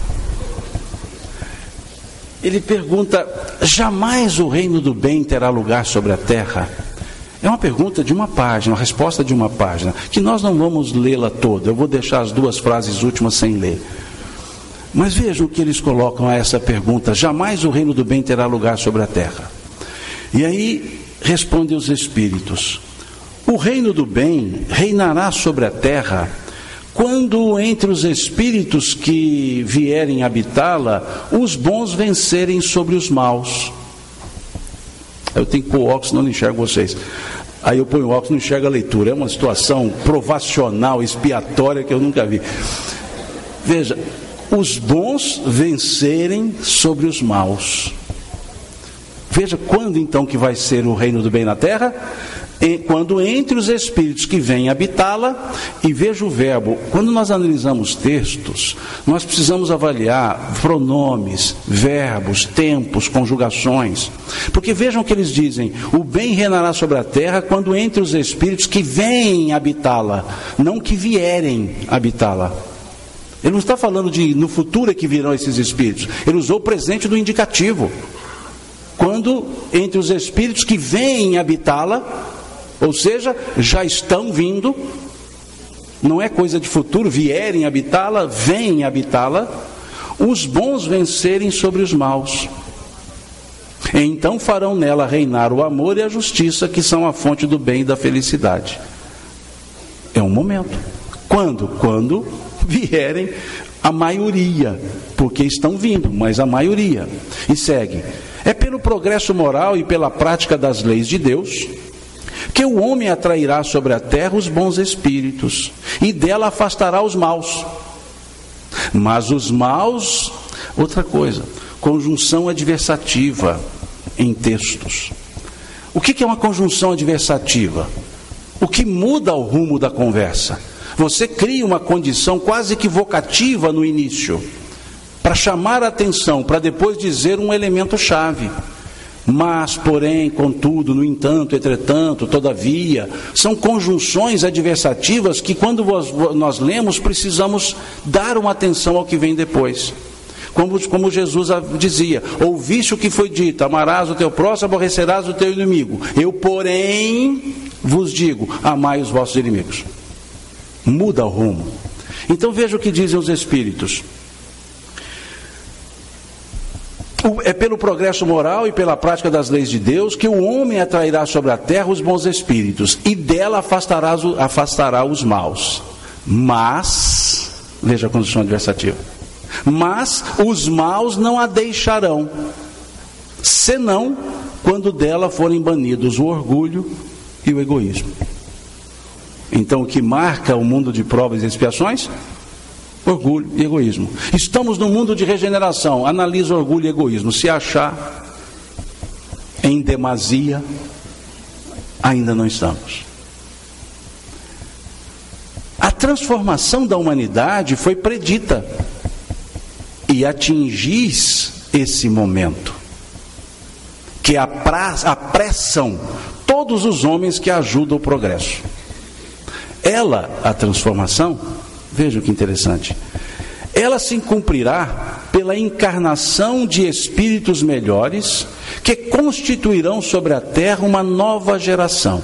Ele pergunta: jamais o reino do bem terá lugar sobre a terra? É uma pergunta de uma página, uma resposta de uma página, que nós não vamos lê-la toda, eu vou deixar as duas frases últimas sem ler. Mas vejam o que eles colocam a essa pergunta: jamais o reino do bem terá lugar sobre a terra. E aí respondem os espíritos: o reino do bem reinará sobre a terra quando entre os espíritos que vierem habitá-la, os bons vencerem sobre os maus. Eu tenho que pôr o óculos, senão não enxergo vocês. Aí eu ponho o óculos, não enxergo a leitura. É uma situação provacional, expiatória que eu nunca vi. Veja, os bons vencerem sobre os maus. Veja quando então que vai ser o reino do bem na terra? E quando entre os espíritos que vêm habitá-la, e veja o verbo, quando nós analisamos textos, nós precisamos avaliar pronomes, verbos, tempos, conjugações, porque vejam o que eles dizem: o bem reinará sobre a terra quando entre os espíritos que vêm habitá-la, não que vierem habitá-la. Ele não está falando de no futuro é que virão esses espíritos, ele usou o presente do indicativo. Quando entre os espíritos que vêm habitá-la, ou seja, já estão vindo, não é coisa de futuro, vierem habitá-la, vêm habitá-la, os bons vencerem sobre os maus. Então farão nela reinar o amor e a justiça, que são a fonte do bem e da felicidade. É um momento. Quando? Quando vierem a maioria, porque estão vindo, mas a maioria. E segue: é pelo progresso moral e pela prática das leis de Deus que o homem atrairá sobre a terra os bons espíritos, e dela afastará os maus. Mas os maus, outra coisa, conjunção adversativa em textos. O que é uma conjunção adversativa? O que muda o rumo da conversa? Você cria uma condição quase que vocativa no início, para chamar a atenção, para depois dizer um elemento chave. mas, porém, contudo, no entanto, entretanto, todavia, são conjunções adversativas que, quando nós lemos, precisamos dar uma atenção ao que vem depois. Como, como Jesus dizia: ouviste o que foi dito, amarás o teu próximo, aborrecerás o teu inimigo. Eu, porém, vos digo, amai os vossos inimigos. Muda o rumo. Então veja o que dizem os Espíritos. É pelo progresso moral e pela prática das leis de Deus que o homem atrairá sobre a terra os bons espíritos, e dela afastará, afastará os maus. Mas, veja a condição adversativa, mas os maus não a deixarão, senão quando dela forem banidos o orgulho e o egoísmo. Então, o que marca o mundo de provas e expiações? Orgulho e egoísmo. Estamos no mundo de regeneração. Analisa orgulho e egoísmo. Se achar em demasia, ainda não estamos. A transformação da humanidade foi predita, e atingis esse momento, que apressam todos os homens que ajudam o progresso. Ela, a transformação, veja que interessante, ela se cumprirá pela encarnação de espíritos melhores que constituirão sobre a terra uma nova geração.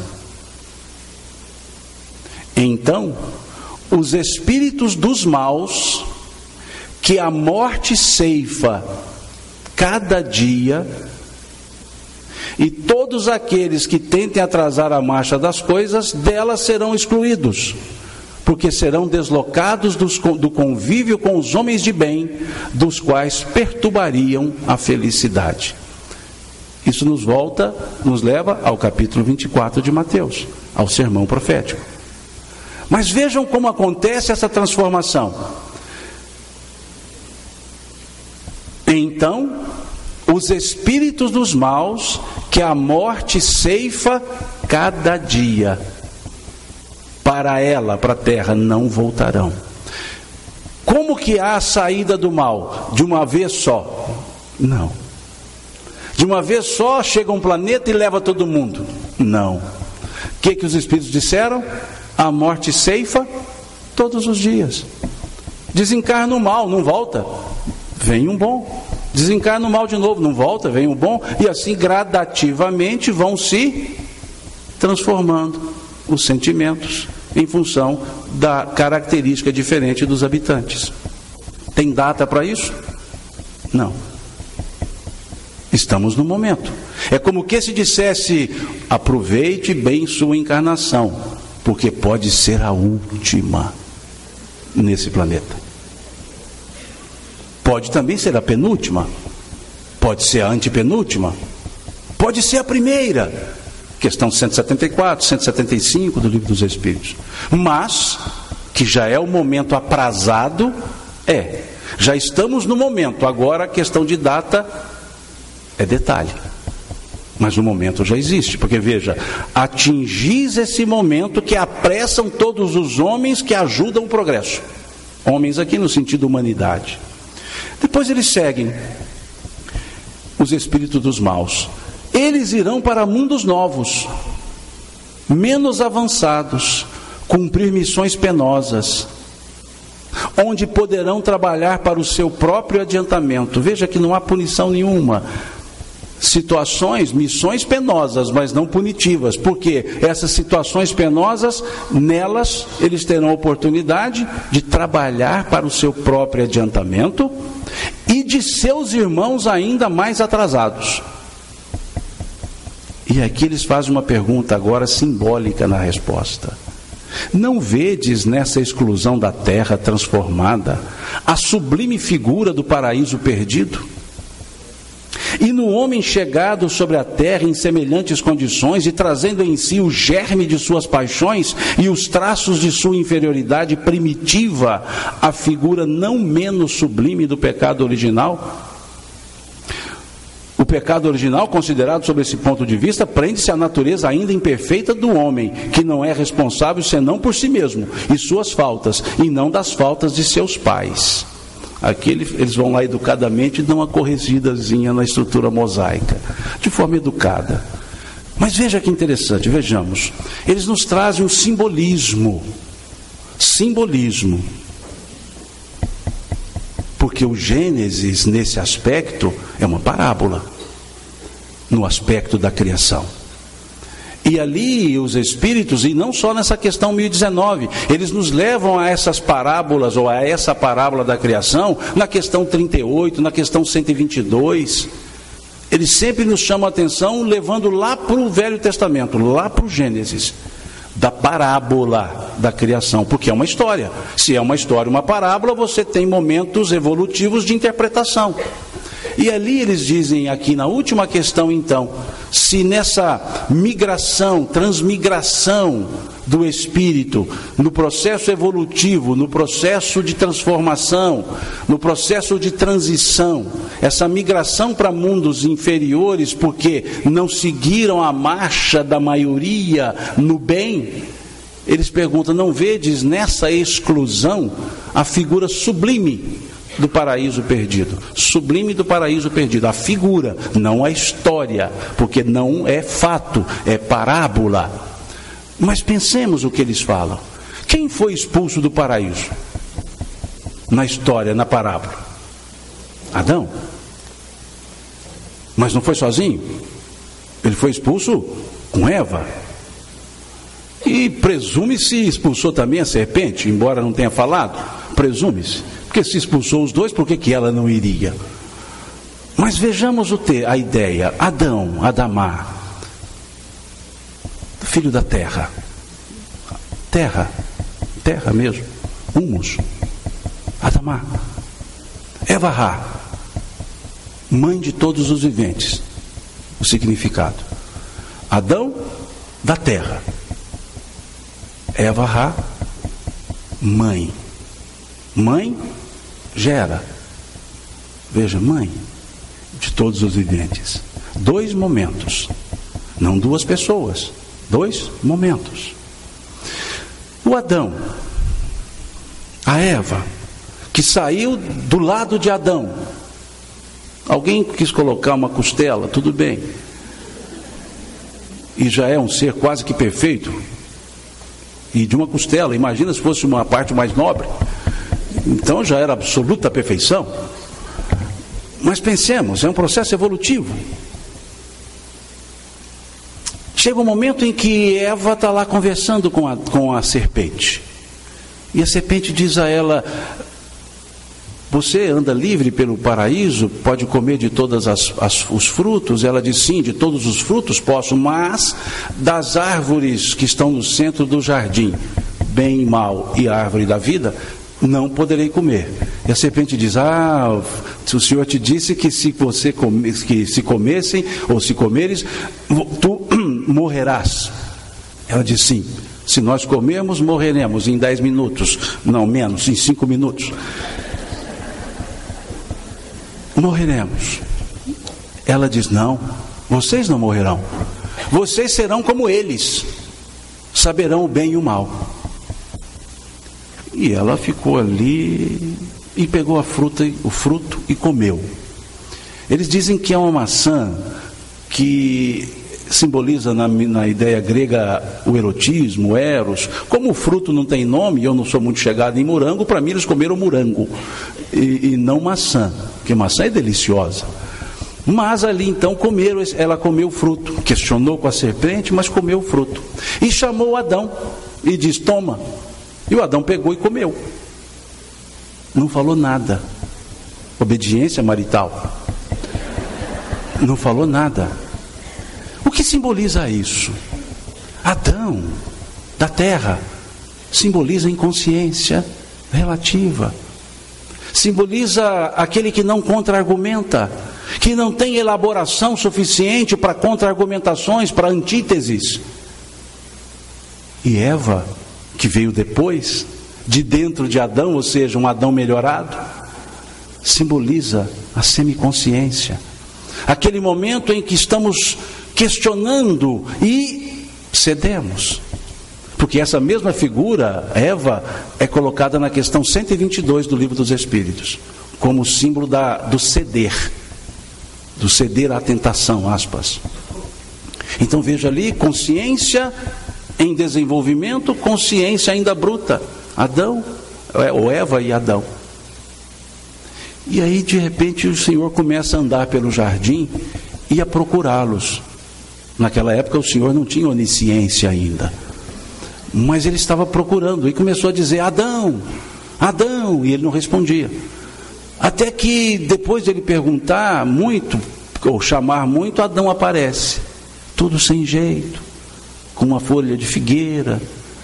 Então, os espíritos dos maus, que a morte ceifa cada dia, e todos aqueles que tentem atrasar a marcha das coisas, delas serão excluídos, porque serão deslocados dos, do convívio com os homens de bem, dos quais perturbariam a felicidade. Isso nos volta, nos leva ao capítulo vinte e quatro de Mateus, ao sermão profético. Mas vejam como acontece essa transformação. Então, os espíritos dos maus, que a morte ceifa cada dia, para ela, para a terra, não voltarão. Como que há a saída do mal? De uma vez só? Não. De uma vez só chega um planeta e leva todo mundo? Não. O que que os espíritos disseram? A morte ceifa todos os dias. Desencarna o mal, não volta. Vem um bom. Desencarna o mal de novo, não volta, vem um bom. E assim gradativamente vão se transformando os sentimentos em função da característica diferente dos habitantes. Tem data para isso? Não. Estamos no momento. É como que se dissesse: aproveite bem sua encarnação, porque pode ser a última nesse planeta. Pode também ser a penúltima, pode ser a antepenúltima, pode ser a primeira. Questão cento e setenta e quatro, cento e setenta e cinco do Livro dos Espíritos. Mas, que já é o momento aprazado, é. Já estamos no momento, agora a questão de data é detalhe. Mas o momento já existe, porque veja, atingis esse momento que apressam todos os homens que ajudam o progresso. Homens aqui no sentido humanidade. Depois eles seguem, os espíritos dos maus. Eles irão para mundos novos, menos avançados, cumprir missões penosas, onde poderão trabalhar para o seu próprio adiantamento. Veja que não há punição nenhuma. Situações, missões penosas, mas não punitivas, porque essas situações penosas, nelas eles terão a oportunidade de trabalhar para o seu próprio adiantamento e de seus irmãos ainda mais atrasados. E aqui eles fazem uma pergunta agora simbólica na resposta. Não vedes nessa exclusão da terra transformada a sublime figura do paraíso perdido? E no homem chegado sobre a terra em semelhantes condições e trazendo em si o germe de suas paixões e os traços de sua inferioridade primitiva, a figura não menos sublime do pecado original? O pecado original, considerado sob esse ponto de vista, prende-se à natureza ainda imperfeita do homem, que não é responsável senão por si mesmo e suas faltas, e não das faltas de seus pais. Aqui eles vão lá educadamente e dão uma corrigidazinha na estrutura mosaica, de forma educada. Mas veja que interessante, vejamos. Eles nos trazem um simbolismo. Simbolismo. Porque o Gênesis, nesse aspecto, é uma parábola. No aspecto da criação. E ali os Espíritos, e não só nessa questão mil e dezenove, eles nos levam a essas parábolas, ou a essa parábola da criação, na questão trinta e oito, na questão cento e vinte e dois. Eles sempre nos chamam a atenção, levando lá para o Velho Testamento, lá para o Gênesis, da parábola da criação, porque é uma história. Se é uma história, uma parábola, você tem momentos evolutivos de interpretação. E ali eles dizem, aqui na última questão então, se nessa migração, transmigração do espírito, no processo evolutivo, no processo de transformação, no processo de transição, essa migração para mundos inferiores, porque não seguiram a marcha da maioria no bem, eles perguntam, não vedes nessa exclusão a figura sublime do paraíso perdido, sublime do paraíso perdido, a figura, não a história, porque não é fato, é parábola. Mas pensemos o que eles falam. Quem foi expulso do paraíso? Na história, na parábola? Adão. Mas não foi sozinho? Ele foi expulso com Eva. E presume-se expulsou também a serpente, embora não tenha falado, presume-se. Porque se expulsou os dois, por que que ela não iria? Mas vejamos o te, a ideia. Adão, Adamá, filho da terra. Terra, terra mesmo, humus. Adamá. Eva Rá, mãe de todos os viventes. O significado. Adão, da terra. Eva Rá, mãe. Mãe gera. Veja, mãe de todos os viventes. Dois momentos. Não duas pessoas. Dois momentos. O Adão, a Eva, que saiu do lado de Adão. Alguém quis colocar uma costela, tudo bem. E já é um ser quase que perfeito. E de uma costela, imagina se fosse uma parte mais nobre. Então já era absoluta perfeição. Mas pensemos, é um processo evolutivo. Chega um momento em que Eva está lá conversando com a, com a serpente. E a serpente diz a ela, você anda livre pelo paraíso, pode comer de todos os frutos? Ela diz, sim, de todos os frutos posso, mas das árvores que estão no centro do jardim, bem e mal e a árvore da vida, não poderei comer. E a serpente diz, ah, o Senhor te disse que se você come, que se comessem, ou se comeres, tu morrerás. Ela diz, sim, se nós comermos, morreremos em dez minutos, não menos, em cinco minutos. Morreremos. Ela diz, não, vocês não morrerão. Vocês serão como eles, saberão o bem e o mal. E ela ficou ali e pegou a fruta, o fruto e comeu. Eles dizem que é uma maçã que simboliza na, na ideia grega o erotismo, o eros. Como o fruto não tem nome, eu não sou muito chegado em morango, para mim eles comeram morango e, e não maçã, porque maçã é deliciosa. Mas ali então comeram, ela comeu o fruto, questionou com a serpente, mas comeu o fruto. E chamou Adão e disse, toma. E o Adão pegou e comeu. Não falou nada. Obediência marital. Não falou nada. O que simboliza isso? Adão, da terra, simboliza inconsciência relativa. Simboliza aquele que não contra-argumenta, que não tem elaboração suficiente para contra-argumentações, para antíteses. E Eva, que veio depois, de dentro de Adão, ou seja, um Adão melhorado, simboliza a semiconsciência. Aquele momento em que estamos questionando e cedemos. Porque essa mesma figura, Eva, é colocada na questão cento e vinte e dois do Livro dos Espíritos. como símbolo da, do ceder, do ceder à tentação, aspas. Então veja ali, consciência em desenvolvimento, consciência ainda bruta. Adão, ou Eva e Adão. E aí de repente o Senhor começa a andar pelo jardim e a procurá-los. Naquela época o Senhor não tinha onisciência ainda, mas ele estava procurando e começou a dizer: Adão, Adão, e ele não respondia. Até que depois de ele perguntar muito, ou chamar muito, Adão aparece, tudo sem jeito, com uma folha de figueira,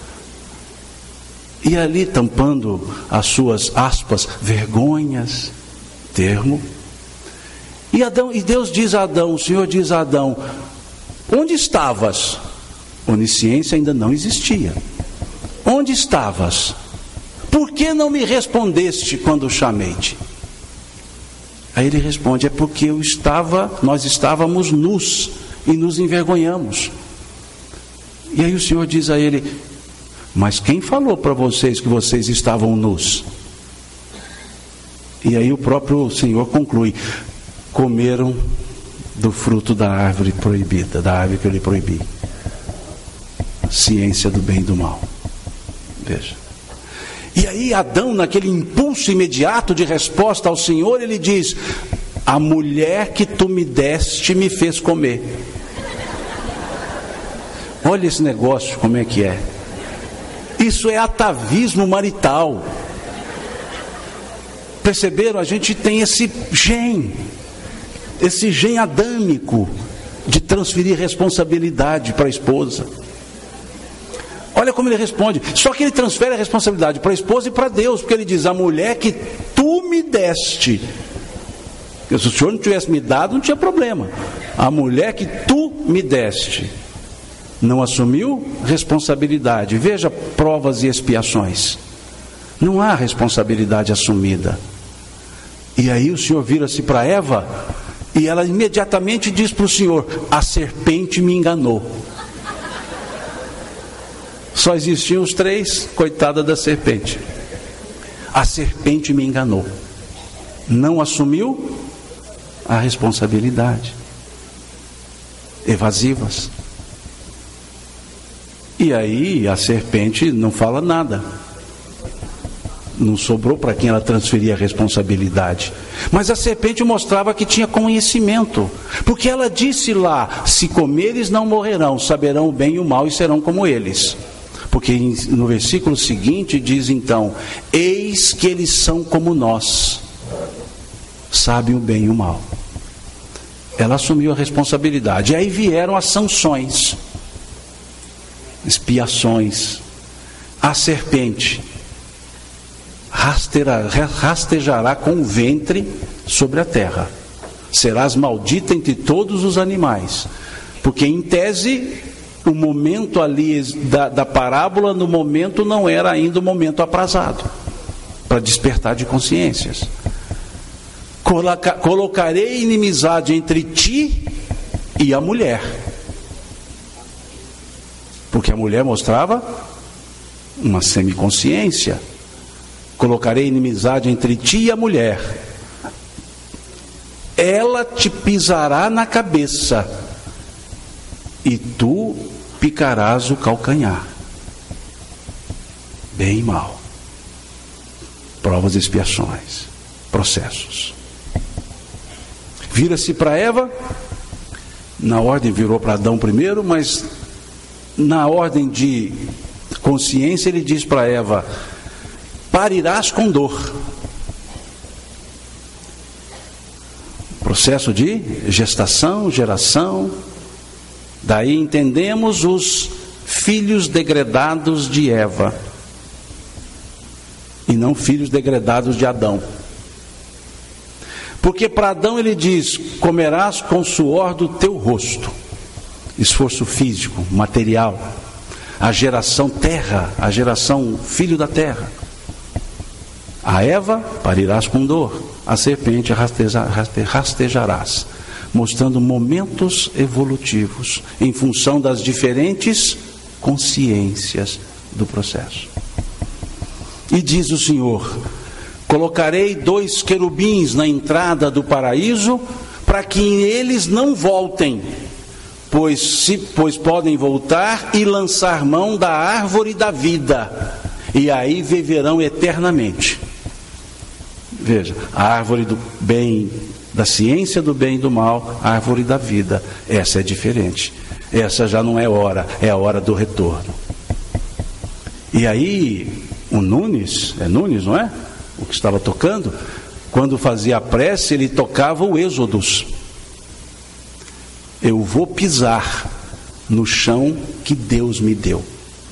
e ali tampando as suas, aspas, vergonhas, termo. E, Adão, e Deus diz a Adão, o Senhor diz a Adão: onde estavas? Onisciência ainda não existia. Onde estavas? Por que não me respondeste quando chamei-te? Aí ele responde: é porque eu estava, nós estávamos nus e nos envergonhamos. E aí o Senhor diz a ele: mas quem falou para vocês que vocês estavam nus? E aí o próprio Senhor conclui: comeram do fruto da árvore proibida, da árvore que eu lhe proibi. Ciência do bem e do mal. Veja. E aí Adão, naquele impulso imediato de resposta ao Senhor, ele diz: a mulher que tu me deste me fez comer. Olha esse negócio, como é que é. Isso é atavismo marital. Perceberam? A gente tem esse gene, esse gene adâmico de transferir responsabilidade para a esposa. Olha como ele responde. Só que ele transfere a responsabilidade para a esposa e para Deus, porque ele diz: a mulher que tu me deste. Se o Senhor não tivesse me dado, não tinha problema. A mulher que tu me deste não assumiu responsabilidade. Veja provas e expiações. Não há responsabilidade assumida. E aí o Senhor vira-se para Eva e ela imediatamente diz para o Senhor: a serpente me enganou. Só existiam os três, coitada da serpente. A serpente me enganou. Não assumiu a responsabilidade. Evasivas. E aí a serpente não fala nada. Não sobrou para quem ela transferia a responsabilidade. Mas a serpente mostrava que tinha conhecimento, porque ela disse lá: se comeres não morrerão, saberão o bem e o mal e serão como eles. Porque no versículo seguinte diz então: eis que eles são como nós, sabem o bem e o mal. Ela assumiu a responsabilidade. E aí vieram as sanções, expiações. A serpente rastejará, rastejará com o ventre sobre a terra. Serás maldita entre todos os animais. Porque em tese, o momento ali da, da parábola, no momento não era ainda o momento aprazado para despertar de consciências. Coloca, colocarei inimizade entre ti e a mulher. Porque a mulher mostrava uma semiconsciência. Colocarei inimizade entre ti e a mulher. Ela te pisará na cabeça e tu picarás o calcanhar. Bem e mal. Provas e expiações. Processos. Vira-se para Eva. Na ordem virou para Adão primeiro, mas na ordem de consciência ele diz para Eva: parirás com dor. Processo de gestação, geração. Daí entendemos os filhos degredados de Eva e não filhos degredados de Adão. Porque para Adão ele diz: comerás com o suor do teu rosto. Esforço físico, material. A geração terra, a geração filho da terra. A Eva parirás com dor. A serpente rasteja, raste, rastejarás. Mostrando momentos evolutivos em função das diferentes consciências do processo. E diz o Senhor: Colocarei dois querubins na entrada do paraíso, para que eles não voltem, pois, se, pois podem voltar e lançar mão da árvore da vida, e aí viverão eternamente. Veja, a árvore do bem, da ciência do bem e do mal, a árvore da vida, essa é diferente. Essa já não é hora, é a hora do retorno. E aí, o Nunes, é Nunes, não é? O que estava tocando, quando fazia a prece, ele tocava o Êxodos. Eu vou pisar no chão que Deus me deu.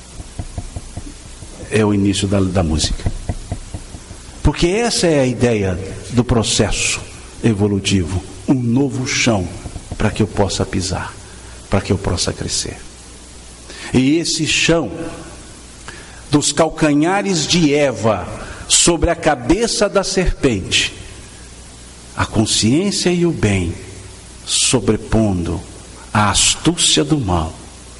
É o início da, da música. Porque essa é a ideia do processo evolutivo. Um novo chão para que eu possa pisar, para que eu possa crescer. E esse chão dos calcanhares de Eva sobre a cabeça da serpente, a consciência e o bem sobrepondo a astúcia do mal,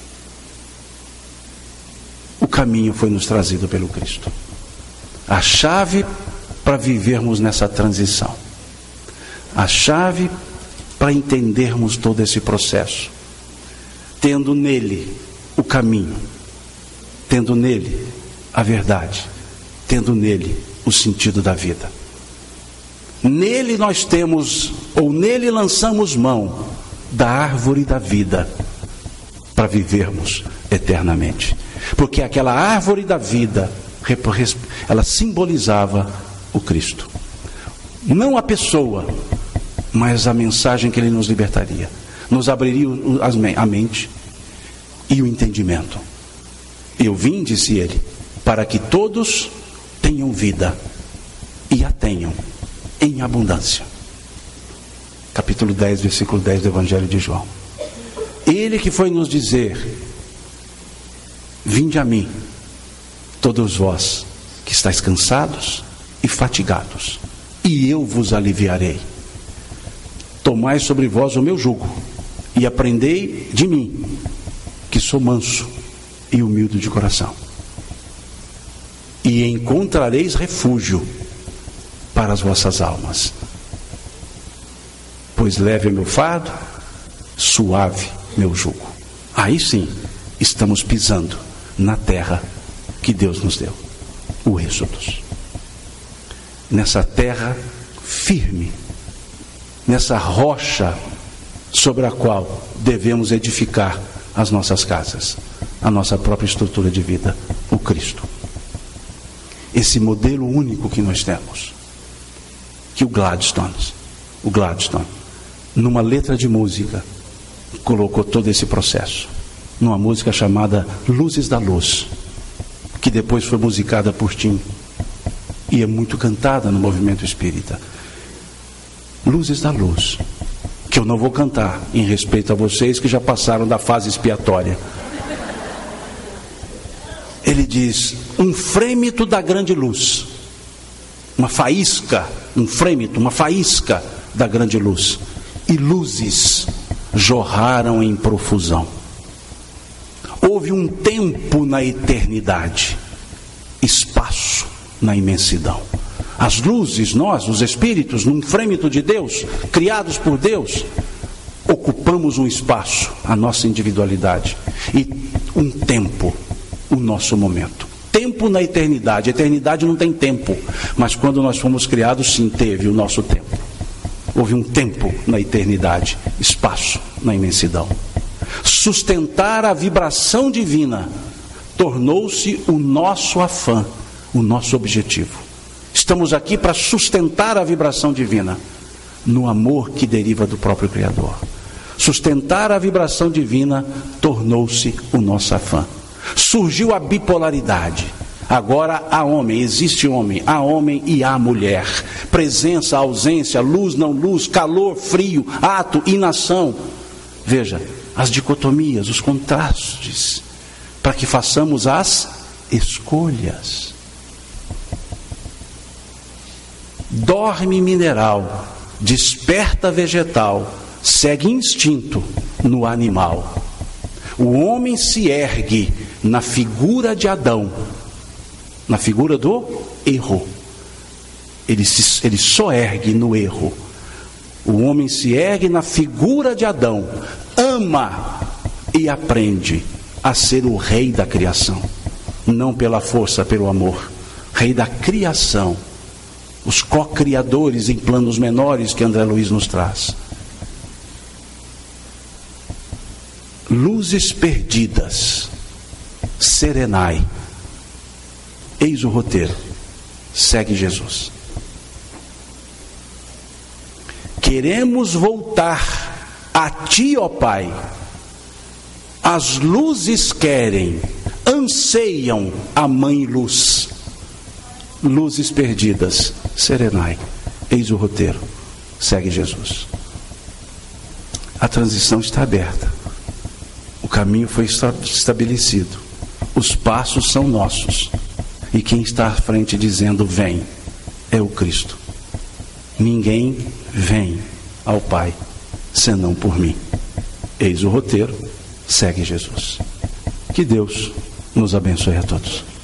o caminho foi nos trazido pelo Cristo. A chave para vivermos nessa transição, a chave para entendermos todo esse processo, tendo nele o caminho, tendo nele a verdade, tendo nele o sentido da vida. Nele nós temos, ou nele lançamos mão da árvore da vida para vivermos eternamente. Porque aquela árvore da vida, ela simbolizava o Cristo. Não a pessoa, mas a mensagem que ele nos libertaria. Nos abriria a mente e o entendimento. Eu vim, disse ele, para que todos tenham vida e a tenham em abundância. Capítulo dez, versículo dez do Evangelho de João. Ele que foi nos dizer: vinde a mim, todos vós que estáis cansados e fatigados, e eu vos aliviarei. Tomai sobre vós o meu jugo e aprendei de mim, que sou manso e humilde de coração, e encontrareis refúgio para as vossas almas. Pois leve o meu fardo, suave meu jugo. Aí sim, estamos pisando na terra que Deus nos deu, o Êxodo. Nessa terra firme, nessa rocha sobre a qual devemos edificar as nossas casas, a nossa própria estrutura de vida, o Cristo. Esse modelo único que nós temos, que o Gladstone, o Gladstone, numa letra de música, colocou todo esse processo, numa música chamada Luzes da Luz, que depois foi musicada por Tim, e é muito cantada no movimento espírita. Luzes da Luz, que eu não vou cantar, em respeito a vocês que já passaram da fase expiatória. Ele diz: um frêmito da grande luz, uma faísca, um frêmito, uma faísca da grande luz, e luzes jorraram em profusão. Houve um tempo na eternidade, espaço na imensidão. As luzes, nós, os espíritos, num frêmito de Deus, criados por Deus, ocupamos um espaço, a nossa individualidade, e um tempo, o nosso momento. Tempo na eternidade. A eternidade não tem tempo, mas quando nós fomos criados, sim, teve o nosso tempo. Houve um tempo na eternidade, espaço na imensidão. Sustentar a vibração divina tornou-se o nosso afã, o nosso objetivo. Estamos aqui para sustentar a vibração divina no amor que deriva do próprio Criador. Sustentar a vibração divina tornou-se o nosso afã. Surgiu a bipolaridade. Agora há homem, existe homem, há homem e há mulher. Presença, ausência, luz, não luz, calor, frio, ato, inação. Veja, as dicotomias, os contrastes, para que façamos as escolhas. Dorme mineral, desperta vegetal, segue instinto no animal. O homem se ergue na figura de Adão, na figura do erro. ele, se, ele só ergue no erro. O homem se ergue na figura de Adão, ama e aprende a ser o rei da criação, não pela força, pelo amor. Rei da criação, os co-criadores em planos menores que André Luiz nos traz. Luzes perdidas, serenai. Eis o roteiro, segue Jesus. Queremos voltar a Ti, ó Pai. As luzes querem, anseiam a Mãe Luz. Luzes perdidas, serenai. Eis o roteiro, segue Jesus. A transição está aberta. O caminho foi estabelecido. Os passos são nossos. E quem está à frente dizendo vem, é o Cristo. Ninguém vem ao Pai, senão por mim. Eis o roteiro, segue Jesus. Que Deus nos abençoe a todos.